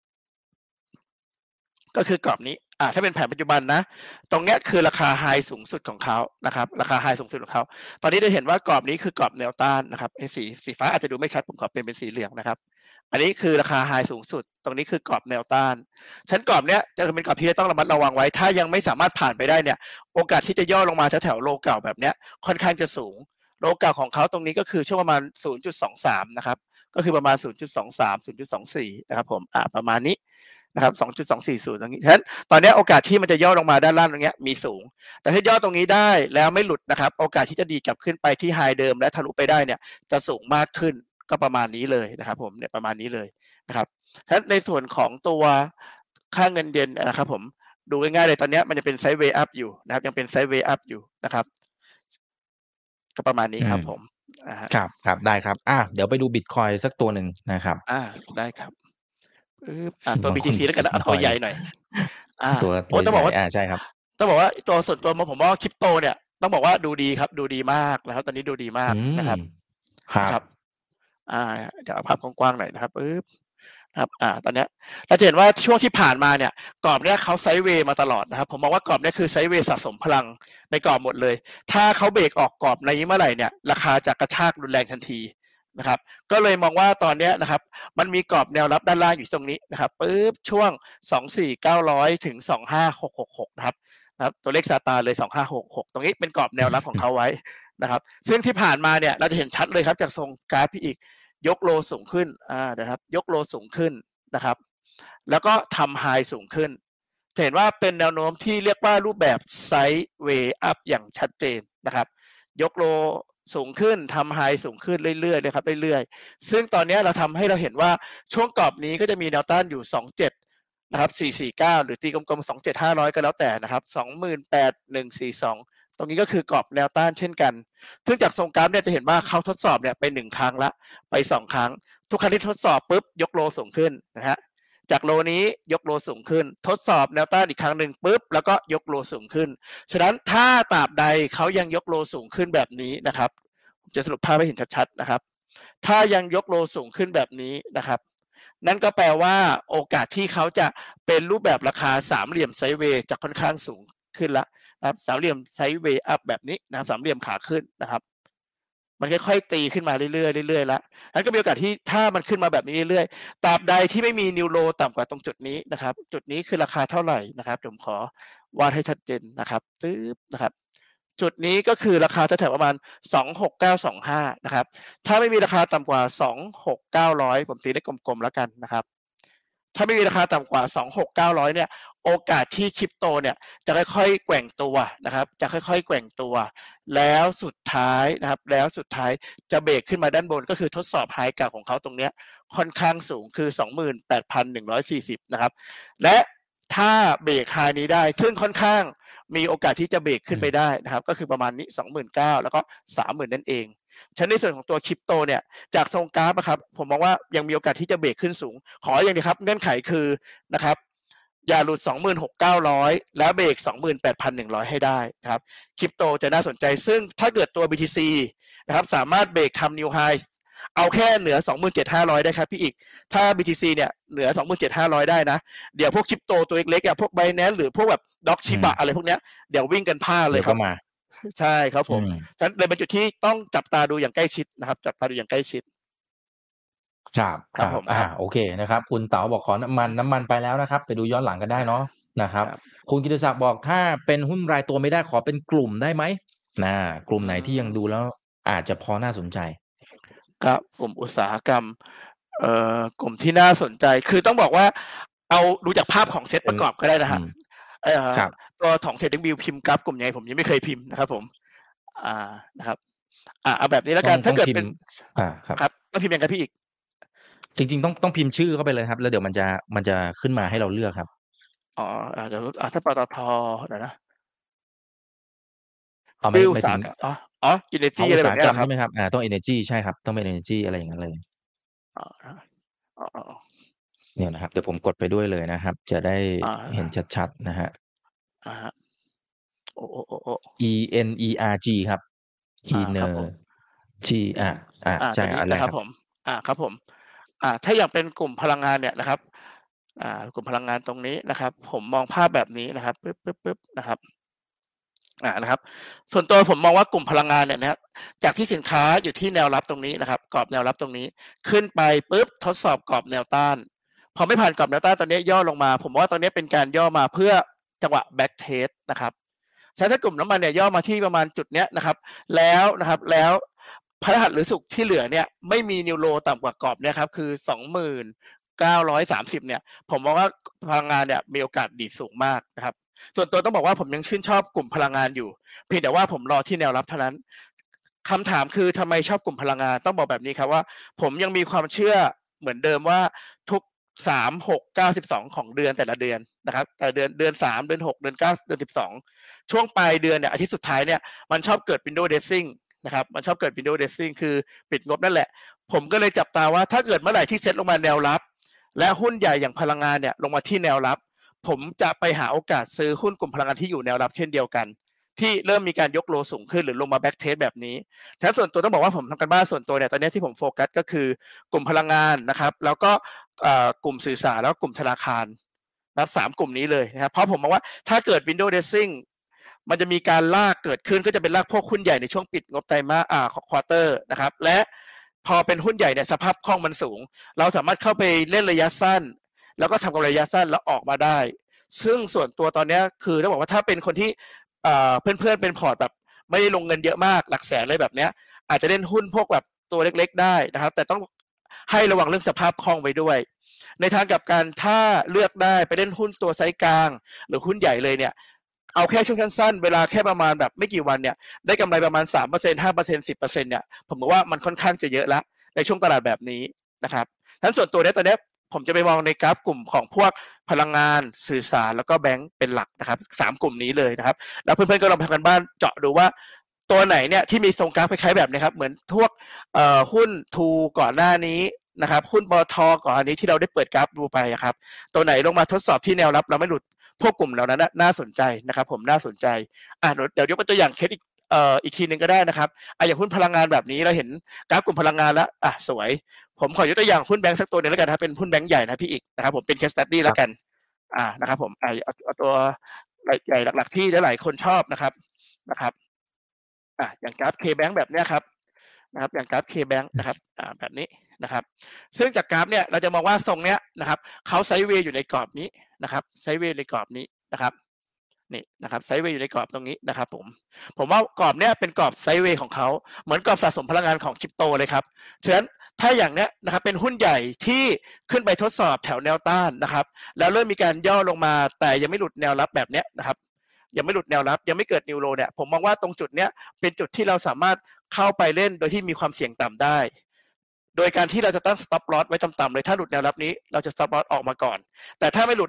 ก็คือกรอบนี้อ่าถ้าเป็นแผนปัจจุบันนะตรงเนี้ยคือราคาไฮสูงสุดของเขานะครับราคาไฮสูงสุดของเขาตอนนี้ได้เห็นว่ากรอบนี้คือกรอบแนวต้านนะครับไอ้สีสีฟ้าอาจจะดูไม่ชัดผมขอเปลี่ยนเป็นสีเหลืองนะครับอันนี้คือราคาไฮสูงสุดตรงนี้คือกรอบแนวต้านชั้นกรอบเนี้ยจะเป็นกรอบที่ต้องระมัดระวังไว้ถ้ายังไม่สามารถผ่านไปได้เนี่ยโอกาสที่จะย่อลงมาแถวๆโลเก่าแบบเนี้ยค่อนข้างจะสูงโลเก่าของเขาตรงนี้ก็คือช่วงประมาณ ศูนย์จุดสองสาม นะครับก็คือประมาณ ศูนย์จุดสองสาม ศูนย์จุดสองสี่ นะครับผมอ่าประมาณนี้นะครับ สองจุดสองสี่ศูนย์ ตรงนี้ฉะนั้นตอนนี้โอกาสที่มันจะย่อลงมาด้านล่างตรงนี้มีสูงแต่ถ้าย่อตรงนี้ได้แล้วไม่หลุดนะครับโอกาสที่จะดีดกลับขึ้นไปที่ไฮเดิมและทะลุไปได้เนี่ยจะสูงมากขึ้นก็ประมาณนี้เลยนะครับผมเนี่ยประมาณนี้เลยนะครับฉะนั้นในส่วนของตัวค่าเงินเยนนะครับผมดูง่ายๆเลยตอนนี้มันจะเป็นไซด์เวย์อัพอยู่นะครับยังเป็นไซด์เวย์อัพอยู่นะครับก็ประมาณนี้ครับผมครับครับได้ครับอ่ะเดี๋ยวไปดูบิตคอยสักตัวหนึ่งนะครับอ่าได้ครับปึ๊บอ่าตัว บี ที ซี แล้วกันนะเอาตัวใหญ่หน่อยอ่าตัวโอ้ต้องบอกว่าอ่าใช่ครับต้องบอกว่าตัวส่วนตัวผมว่าคริปโตเนี่ยต้องบอกว่าดูดีครับดูดีมากนะครับตอนนี้ดูดีมากนะครับครับอ่าเดี๋ยวเอาภาพกว้างๆหน่อยนะครับปึ๊บครับอ่าตอนนี้เราจะเห็นว่าช่วงที่ผ่านมาเนี่ยกรอบเนี้ยเขาไซด์เวย์มาตลอดนะครับผมมองว่ากรอบเนี้ยคือไซด์เวย์สะสมพลังในกรอบหมดเลยถ้าเขาเบรกออกกรอบในนี้เมื่อไหร่เนี่ยราคาจะกระชากรุนแรงทันทีนะครับก็เลยมองว่าตอนนี้นะครับมันมีกรอบแนวรับด้านล่างอยู่ตรงนี้นะครับปึ๊บช่วง สองพันสี่ร้อย เก้าร้อย ถึง สองพันห้าร้อย หกร้อยหกสิบหกนะครับนะครับตัวเลขซาตานเลยสองพันห้าร้อยหกสิบหกตรงนี้เป็นกรอบแนวรับของเขาไว้นะครับซึ่งที่ผ่านมาเนี่ยเราจะเห็นชัดเลยครับจากทรงกราฟพี่อีกยกโลสูงขึ้นอ่านะครับยกโลสูงขึ้นนะครับแล้วก็ทำไฮสูงขึ้นจะเห็นว่าเป็นแนวโน้มที่เรียกว่ารูปแบบไซด์เวย์อัพอย่างชัดเจนนะครับยกโลสูงขึ้นทำไฮสูงขึ้นเรื่อยๆเลยครับเรื่อยๆซึ่งตอนนี้เราทำให้เราเห็นว่าช่วงกรอบนี้ก็จะมีแนวต้านอยู่สองสิบเจ็ดนะครับสี่ร้อยสี่สิบเก้าหรือตีกลมๆสองพันเจ็ดร้อย ห้าร้อยก็แล้วแต่นะครับ สองหมื่นแปดพันหนึ่งร้อยสี่สิบสอง ตรงนี้ก็คือกรอบแนวต้านเช่นกันซึ่งจากทรงกราฟเนี่ยจะเห็นว่าเขาทดสอบเนี่ยไปหนึ่งครั้งละไปสองครั้งทุกครั้งที่ทดสอบปุ๊บยกโลสูงขึ้นนะฮะจากโลนี้ยกโลสูงขึ้นทดสอบแนวต้านอีกครั้งหนึ่งปุ๊บแล้วก็ยกโลสูงขึ้นฉะนั้นถ้าตราบใดเขายังยกโลสูงขึ้นแบบนี้นะครับจะสรุปภาพให้เห็นชัดๆนะครับถ้ายังยกโลสูงขึ้นแบบนี้นะครับนั่นก็แปลว่าโอกาสที่เขาจะเป็นรูปแบบราคาสามเหลี่ยมไซด์เวย์จะค่อนข้างสูงขึ้นละนะครับสามเหลี่ยมไซด์เวย์อัพแบบนี้นะครับสามเหลี่ยมขาขึ้นนะครับมันค่อยๆตีขึ้นมาเรื่อยๆเรื่อยๆแล้วนั้นก็มีโอกาสที่ถ้ามันขึ้นมาแบบนี้เรื่อยๆตราบใดที่ไม่มีนิวโลต่ำกว่าตรงจุดนี้นะครับจุดนี้คือราคาเท่าไหร่นะครับผมขอวาดให้ชัดเจนนะครับปึ๊บนะครับจุดนี้ก็คือราคาแถวๆประมาณสองพันหกร้อยยี่สิบห้านะครับถ้าไม่มีราคาต่ำกว่า สองพันหกร้อยเก้าร้อย ผมตีเลขกลมๆแล้วกันนะครับถ้าไม่มีราคาต่ำกว่า สองพันหกร้อยเก้าร้อย เนี่ยโอกาสที่คริปโตเนี่ยจะค่อยๆแกว่งตัวนะครับจะค่อยๆแกว่งตัวแล้วสุดท้ายนะครับแล้วสุดท้ายจะเบรกขึ้นมาด้านบนก็คือทดสอบไฮเก่าของเขาตรงเนี้ยค่อนข้างสูงคือ สองหมื่นแปดพันหนึ่งร้อยสี่สิบ นะครับและถ้าเบรกไฮนี้ได้ซึ่งค่อนข้างมีโอกาสที่จะเบรกขึ้นไปได้นะครับก็คือประมาณนี้ สองหมื่นเก้าพัน แล้วก็ สามหมื่น นั่นเองฉะนั้นในส่วนของตัวคริปโตเนี่ยจากทรงกราฟนะครับผมมองว่ายังมีโอกาสที่จะเบรกขึ้นสูงขออย่างนี้ครับเงื่อนไขคือนะครับอย่าหลุด สองหมื่นหกพันเก้าร้อย แล้วเบรก สองหมื่นแปดพันหนึ่งร้อย ให้ได้นะครับคริปโตจะน่าสนใจซึ่งถ้าเกิดตัว บี ที ซี นะครับสามารถเบรกทำ New High เอาแค่เหนือ สองหมื่นเจ็ดพันห้าร้อย ได้ครับพี่อีกถ้า บี ที ซี เนี่ยเหนือ สองหมื่นเจ็ดพันห้าร้อย ได้นะเดี๋ยวพวกคริปโตตัวเล็กๆอ่ะพวก Binance หรือพวกแบบด็อกชิบะอะไรพวกเนี้ยเดี๋ยววิ่งกันพลาดเลยครับมาใช่ครับผมฉะนั้นเลยเป็นจุดที่ต้องจับตาดูอย่างใกล้ชิดนะครับจับตาดูอย่างใกล้ชิดครับครับผมอ่าโอเคนะครับคุณเต๋าบอกขอน้ำมันน้ำมันไปแล้วนะครับไปดูย้อนหลังกันได้เนาะนะครับคุณกิติศักดิ์บอกถ้าเป็นหุ้นรายตัวไม่ได้ขอเป็นกลุ่มได้ไหมนะกลุ่มไหนที่ยังดูแล้วอาจจะพอน่าสนใจครับกลุ่มอุตสาหกรรมเอ่อกลุ่มที่น่าสนใจคือต้องบอกว่าเอาดูจากภาพของเซตประกอบก็ได้นะฮะเอ่อตัวของเทรดดิ้งวิวพิมพ์กราฟกลุ่มใหญ่ผมยังไม่เคยพิมพ์นะครับผมอ่านะครับอ่าเอาแบบนี้แล้วกันถ้าเกิดเป็นอ่าครับต้องพิมพ์ยังไงพี่อีกจริงๆต้องต้องพิมพ์ชื่อเข้าไปเลยครับแล้วเดี๋ยวมันจะมันจะขึ้นมาให้เราเลือกครับอ๋อเดี๋ยวอ่าถ้าปตทเดี๋ยวนะเอาไม่อุตสาหกรรมอ๋ออ๋อ energy อะไรแบบนี้ครับใช่ไหมครับอ่าต้อง energy ใช่ครับต้องเป็น energy อะไรอย่างนั้นเลยอ๋ออ๋อเนี่ยนะครับเดี๋ยวผมกดไปด้วยเลยนะครับจะได้เห็นชัดๆนะฮะอ่าโอ้โอ้โอ้ E N E R G ครับ Energy อ่าอ่าใช่อันแรกครับผมอ่าครับผมอ่าถ้าอย่างเป็นกลุ่มพลังงานเนี่ยนะครับอ่ากลุ่มพลังงานตรงนี้นะครับผมมองภาพแบบนี้นะครับปึ๊บปึ๊บปึ๊บนะครับอ่านะครับส่วนตัวผมมองว่ากลุ่มพลังงานเนี่ยนะจากที่สินค้าอยู่ที่แนวรับตรงนี้นะครับกรอบแนวรับตรงนี้ขึ้นไปปุ๊บทดสอบกรอบแนวต้านพอไม่ผ่านกรอบแนวต้านตอนนี้ย่อลงมาผมว่าตอนนี้เป็นการย่อมาเพื่อจังหวะแบ็กเทสนะครับใช้ถ้ากลุ่มน้ำมันเนี่ยย่อมาที่ประมาณจุดเนี้ยนะครับแล้วนะครับแล้วพฤหัสหรือศุกร์ที่เหลือเนี่ยไม่มีนิวโรต่ำกว่ากรอบเนี่ยครับคือ สองหมื่นเก้าร้อยสามสิบ เนี่ยผมมองว่าพลังงานเนี่ยมีโอกาสดีดสูงมากนะครับส่วนตัวต้องบอกว่าผมยังชื่นชอบกลุ่มพลังงานอยู่เพียงแต่ว่าผมรอที่แนวรับเท่านั้นคำถามคือทำไมชอบกลุ่มพลังงานต้องบอกแบบนี้ครับว่าผมยังมีความเชื่อเหมือนเดิมว่าทุกสาม หก เก้า สิบสองของเดือนแต่ละเดือนนะครับแต่เดือนเดือนสามเดือนหกเดือนเก้าเดือนสิบสองช่วงปลายเดือนเนี่ยอาทิตย์สุดท้ายเนี่ยมันชอบเกิด window dressing นะครับมันชอบเกิด window dressing คือปิดงบนั่นแหละผมก็เลยจับตาว่าถ้าเกิดเมื่อไหร่ที่เซ็ตลงมาแนวรับและหุ้นใหญ่อย่างพลังงานเนี่ยลงมาที่แนวรับผมจะไปหาโอกาสซื้อหุ้นกลุ่มพลังงานที่อยู่แนวรับเช่นเดียวกันที่เริ่มมีการยกโลสูงขึ้นหรือลงมาแบ็กเทสแบบนี้ถ้าส่วนตัวต้องบอกว่าผมทำกันบ้านส่วนตัวเนี่ยตอนนี้ที่ผมโฟกัสก็คือกลุ่มพลังงานนะครับแล้วก็กลุ่มสื่อสารแล้วก็กลุ่มธนาคารนะครับสามกลุ่มนี้เลยนะครับเพราะผมมองว่าถ้าเกิด window dressing มันจะมีการลากเกิดขึ้นก็จะเป็นลากพวกหุ้นใหญ่ในช่วงปิดงบไตรมาสอ่าควอเตอร์นะครับและพอเป็นหุ้นใหญ่เนี่ยสภาพคล่องมันสูงเราสามารถเข้าไปเล่นระยะสั้นแล้วก็ทำกำไรระยะสั้นแล้วออกมาได้ซึ่งส่วนตัวตอนนี้คือต้องบอกว่าถ้าเป็นคนที่เพื่อนๆเป็นพอร์ตแบบไม่ได้ลงเงินเยอะมากหลักแสนเลยแบบเนี้ยอาจจะเล่นหุ้นพวกแบบตัวเล็กๆได้นะครับแต่ต้องให้ระวังเรื่องสภาพคล่องไว้ด้วยในทางกลับกันถ้าเลือกได้ไปเล่นหุ้นตัวไซส์กลางหรือหุ้นใหญ่เลยเนี่ยเอาแค่ช่วงสั้นๆเวลาแค่ประมาณแบบไม่กี่วันเนี่ยได้กำไรประมาณ สามเปอร์เซ็นต์ ห้าเปอร์เซ็นต์ สิบเปอร์เซ็นต์ เนี่ยผมบอกว่ามันค่อนข้างจะเยอะแล้วในช่วงตลาดแบบนี้นะครับทั้งส่วนตัวนี้ตอนนี้ผมจะไปมองในกราฟกลุ่มของพวกพลังงานสื่อสารแล้วก็แบงก์เป็นหลักนะครับสามกลุ่มนี้เลยนะครับแล้วเพื่อนๆก็ลองทำกันบ้านเจาะดูว่าตัวไหนเนี่ยที่มีทรงกราฟคล้ายๆแบบนี้ครับเหมือนพวกเอ่อหุ้นทูก่อนหน้านี้นะครับหุ้นปตทก่อนอันนี้ที่เราได้เปิดกราฟดูไปครับตัวไหนลงมาทดสอบที่แนวรับเราไม่หลุดพวกกลุ่มเหล่านั้นน่าสนใจนะครับผมน่าสนใจอ่ะเดี๋ยวยกเป็นตัวอย่างเคสอีกเอ่ออีกทีนึงก็ได้นะครับอ่ะอย่างหุ้นพลังงานแบบนี้เราเห็นกราฟกลุ่มพลังงานแล้วอ่ะสวยผมขอยกตัวอย่างหุ้นแบงก์สักตัวนึงแล้วกันครับเป็นหุ้นแบงก์ใหญ่นะพี่อีกนะครับผมเป็น case study แล้วกันอ่านะครับผมอ่าเอาตัวใหญ่หลักๆที่หลายๆคนชอบนะครับนะครับอ่ะอย่างกราฟ K-Bank แบบเนี้ยครับนะครับอย่างกราฟ K-Bank นะครับอ่าแบบนี้นะครับซึ่งจากกราฟเนี่ยเราจะมองว่าทรงเนี้ยนะครับเขาไซด์เวย์อยู่ในกรอบนี้นะครับไซด์เวย์ในกรอบนี้นะครับนี่นะครับไซด์เวย์อยู่ในกรอบตรงนี้นะครับผมผมว่ากรอบเนี้ยเป็นกรอบไซด์เวย์ของเขาเหมือนกรอบสะสมพลังงานของคริปโตเลยครับฉะนั้นถ้าอย่างเนี้ยนะครับเป็นหุ้นใหญ่ที่ขึ้นไปทดสอบแถวแนวต้านนะครับแล้วเริ่มมีการย่อลงมาแต่ยังไม่หลุดแนวรับแบบเนี้ยนะครับยังไม่หลุดแนวรับยังไม่เกิดนิวโรเนี่ยผมมองว่าตรงจุดเนี้ยเป็นจุดที่เราสามารถเข้าไปเล่นโดยที่มีความเสี่ยงต่ำได้โดยการที่เราจะตั้ง stop loss ไว้ต่ำๆเลยถ้าหลุดแนวรับนี้เราจะ stop loss ออกมาก่อนแต่ถ้าไม่หลุดเนี่ย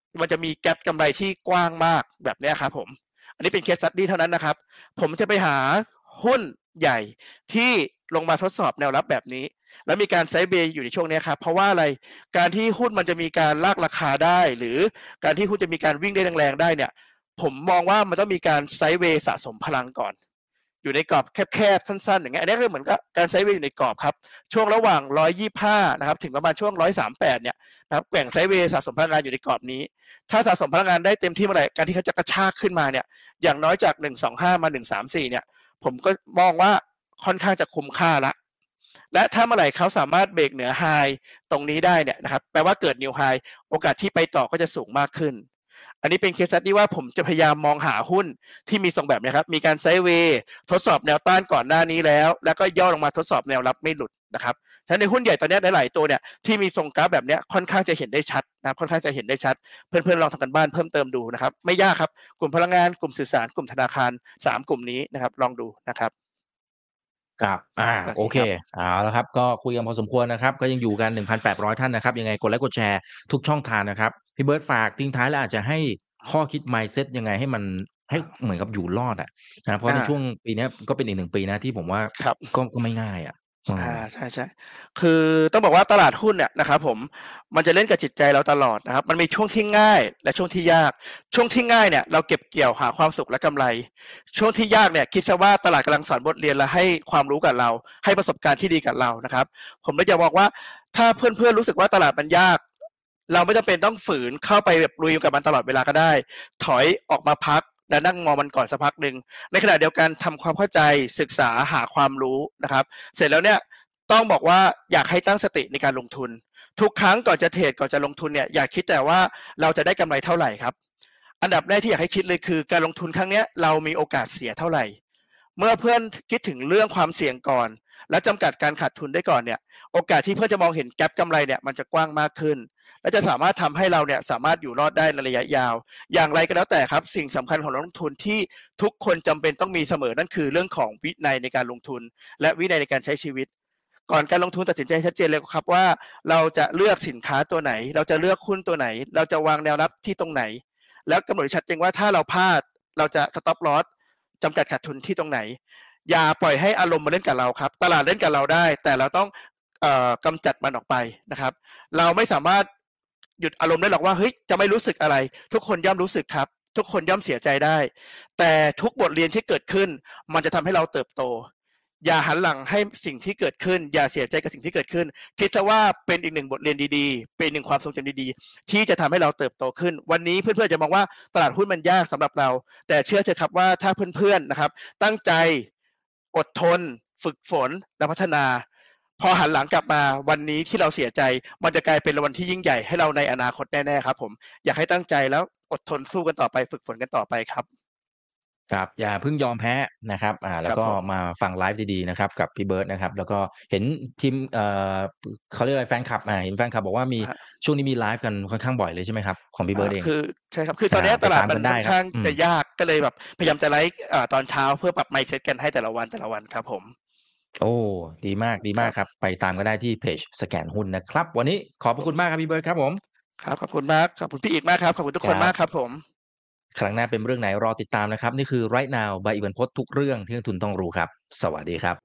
มันจะมีแกปกำไรที่กว้างมากแบบนี้ครับผมอันนี้เป็นเคสสตั๊ดดี้เท่านั้นนะครับผมจะไปหาหุ้นใหญ่ที่ลงมาทดสอบแนวรับแบบนี้แล้วมีการไซด์เวย์อยู่ในช่วงนี้ครับเพราะว่าอะไรการที่หุ้นมันจะมีการลากราคาได้หรือการที่หุ้นจะมีการวิ่งได้แรงๆได้เนี่ยผมมองว่ามันต้องมีการไซด์เวย์สะสมพลังก่อนอยู่ในกรอบแคบๆสั้นๆอย่างเงี้ยอันนี้ก็เหมือนกับการไซด์เวย์อยู่ในกรอบครับช่วงระหว่างหนึ่งร้อยยี่สิบห้านะครับถึงประมาณช่วงหนึ่งร้อยสามสิบแปดเนี่ยนะครับแกว่งไซด์เวย์สะสมพลังงานอยู่ในกรอบนี้ถ้าสะสมพลังงานได้เต็มที่เมื่อไหร่การที่เขาจะกระชากขึ้นมาเนี่ยอย่างน้อยจากหนึ่งร้อยยี่สิบห้ามาหนึ่งร้อยสามสิบสี่เนี่ยผมก็มองว่าค่อนข้างจะคุ้มค่าละและถ้าเมื่อไหร่เขาสามารถเบรกเหนือไฮตรงนี้ได้เนี่ยนะครับแปลว่าเกิดนิวไฮโอกาสที่ไปต่อก็จะสูงมากขึ้นอันนี้เป็นเคสสตั๊ดดี้ว่าผมจะพยายามมองหาหุ้นที่มีทรงแบบนี้ครับมีการไซด์เวย์ทดสอบแนวต้านก่อนหน้านี้แล้วแล้วก็ย่อลงมาทดสอบแนวรับไม่หลุดนะครับถ้าในหุ้นใหญ่ตอนนี้หลายๆตัวเนี่ยที่มีทรงกราฟแบบนี้ค่อนข้างจะเห็นได้ชัดนะค่อนข้างจะเห็นได้ชัดเพื่อนๆลองทำกันบ้านเพิ่มเติมดูนะครับไม่ยากครับกลุ่มพลังงานกลุ่มสื่อสารกลุ่มธนาคารสามกลุ่มนี้นะครับลองดูนะครับครับอ่าโอเคเอาละครับก็คุยกันพอสมควรนะครับก็ยังอยู่กัน หนึ่งพันแปดร้อย ท่านนะครับยังไงกดไลค์กดแชร์ทุกช่องทางนะครับพี่เบิร์ดฝากทิ้งท้ายแล้วอาจจะให้ข้อคิด mindset ยังไงให้มันให้เหมือนกับอยู่รอดอ่ะนะเพราะในช่วงปีนี้ก็เป็นอีกหนึ่งปีนะที่ผมว่าก็ก็ไม่ง่ายอ่ะอ่าใช่ใช่คือต้องบอกว่าตลาดหุ้นเนี่ยนะครับผมมันจะเล่นกับจิตใจเราตลอดนะครับมันมีช่วงที่ง่ายและช่วงที่ยากช่วงที่ง่ายเนี่ยเราเก็บเกี่ยวหาความสุขและกำไรช่วงที่ยากเนี่ยคิดซะว่าตลาดกำลังสอนบทเรียนและให้ความรู้กับเราให้ประสบการณ์ที่ดีกับเรานะครับผมเลยจะบอกว่าถ้าเพื่อนๆรู้สึกว่าตลาดมันยากเราไม่จำเป็นต้องฝืนเข้าไปแบบลุยกับมันตลอดเวลาก็ได้ถอยออกมาพักและนั่งมองมันก่อนสักพักหนึ่งในขณะเดียวกันทำความเข้าใจศึกษาหาความรู้นะครับเสร็จแล้วเนี่ยต้องบอกว่าอยากให้ตั้งสติในการลงทุนทุกครั้งก่อนจะเทรดก่อนจะลงทุนเนี่ยอยากคิดแต่ว่าเราจะได้กำไรเท่าไหร่ครับอันดับแรกที่อยากให้คิดเลยคือการลงทุนครั้งนี้เรามีโอกาสเสียเท่าไหร่เมื่อเพื่อนคิดถึงเรื่องความเสี่ยงก่อนและจำกัดการขาดทุนได้ก่อนเนี่ยโอกาสที่เพื่อนจะมองเห็นแกปกำไรเนี่ยมันจะกว้างมากขึ้นและจะสามารถทำให้เราเนี่ยสามารถอยู่รอดได้ในระยะยาวอย่างไรก็แล้วแต่ครับสิ่งสำคัญของนักลงทุนที่ทุกคนจำเป็นต้องมีเสมอนั่นคือเรื่องของวินัยในการลงทุนและวินัยในการใช้ชีวิตก่อนการลงทุนตัดสินใจชัดเจนเลยครับว่าเราจะเลือกสินค้าตัวไหนเราจะเลือกหุ้นตัวไหนเราจะวางแนวรับที่ตรงไหนแล้วกำหนดชัดเจนว่าถ้าเราพลาดเราจะ stop loss จำกัดขาดทุนที่ตรงไหนอย่าปล่อยให้อารมณ์มาเล่นกับเราครับตลาดเล่นกับเราได้แต่เราต้องเอ่อกำจัดมันออกไปนะครับเราไม่สามารถหยุดอารมณ์ได้หรอกว่าเฮ้ยจะไม่รู้สึกอะไรทุกคนย่อมรู้สึกครับทุกคนย่อมเสียใจได้แต่ทุกบทเรียนที่เกิดขึ้นมันจะทำให้เราเติบโตอย่าหันหลังให้สิ่งที่เกิดขึ้นอย่าเสียใจกับสิ่งที่เกิดขึ้นคิดซะว่าเป็นอีกหนึ่งบทเรียนดีๆเป็นหนึ่งความทรงจำดีๆที่จะทำให้เราเติบโตขึ้นวันนี้เพื่อนๆจะมองว่าตลาดหุ้นมันยากสำหรับเราแต่เชื่อเถอะครับว่าถ้าเพื่อนๆนะครับตั้งใจอดทนฝึกฝนและพัฒนาพอหันหลังกลับมาวันนี้ที่เราเสียใจมันจะกลายเป็นวันที่ยิ่งใหญ่ให้เราในอนาคตแน่ๆครับผมอยากให้ตั้งใจแล้วอดทนสู้กันต่อไปฝึกฝนกันต่อไปครับครับอย่าเพิ่งยอมแพ้นะครับอ่าแล้วก็มาฟังไลฟ์ดีๆนะครับกับพี่เบิร์ดนะครับแล้วก็เห็นทีมเอ่อเขาเรียกอะไรแฟนคลับอ่าเห็นแฟนคลับบอกว่ามีช่วงนี้มีไลฟ์กันค่อนข้างบ่อยเลยใช่ไหมครับของพี่เบิร์ดเองคือใช่ครับคือตอนนี้ตลาดมันค่อนข้างจะยากก็เลยแบบพยายามจะไลฟ์อ่าตอนเช้าเพื่อปรับไมซ์เซ็ตกันให้แต่ละวันแต่ละวันครับผมโอ้ดีมากดีมากครับไปตามก็ได้ที่เพจสแกนหุ้นนะครับวันนี้ขอบพระคุณมากครับพี่เบิร์ดครับผมครับขอบคุณมากขอบคุณพี่อีกมากครับขอบคุณทุกคนมากครับผมครั้งหน้าเป็นเรื่องไหนรอติดตามนะครับนี่คือ Right Now บายอีกบรรพตทุกเรื่องที่นักทุนต้องรู้ครับสวัสดีครับ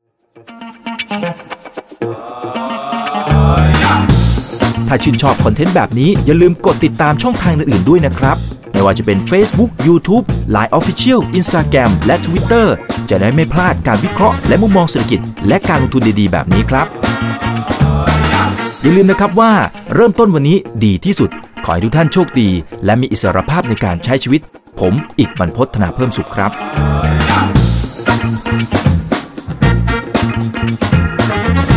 ถ้าชื่นชอบคอนเทนต์แบบนี้อย่าลืมกดติดตามช่องทางอื่นๆด้วยนะครับไม่ว่าจะเป็น Facebook, YouTube, ไลน์ Official, Instagram และ Twitter จะได้ไม่พลาดการวิเคราะห์และมุมมองเศรษฐกิจและการลงทุนดีๆแบบนี้ครับอย่าลืมนะครับว่าเริ่มต้นวันนี้ดีที่สุดขอให้ทุกท่านโชคดีและมีอิสรภาพในการใช้ชีวิตผมอีกบรรพต ธนาเพิ่มสุขครับ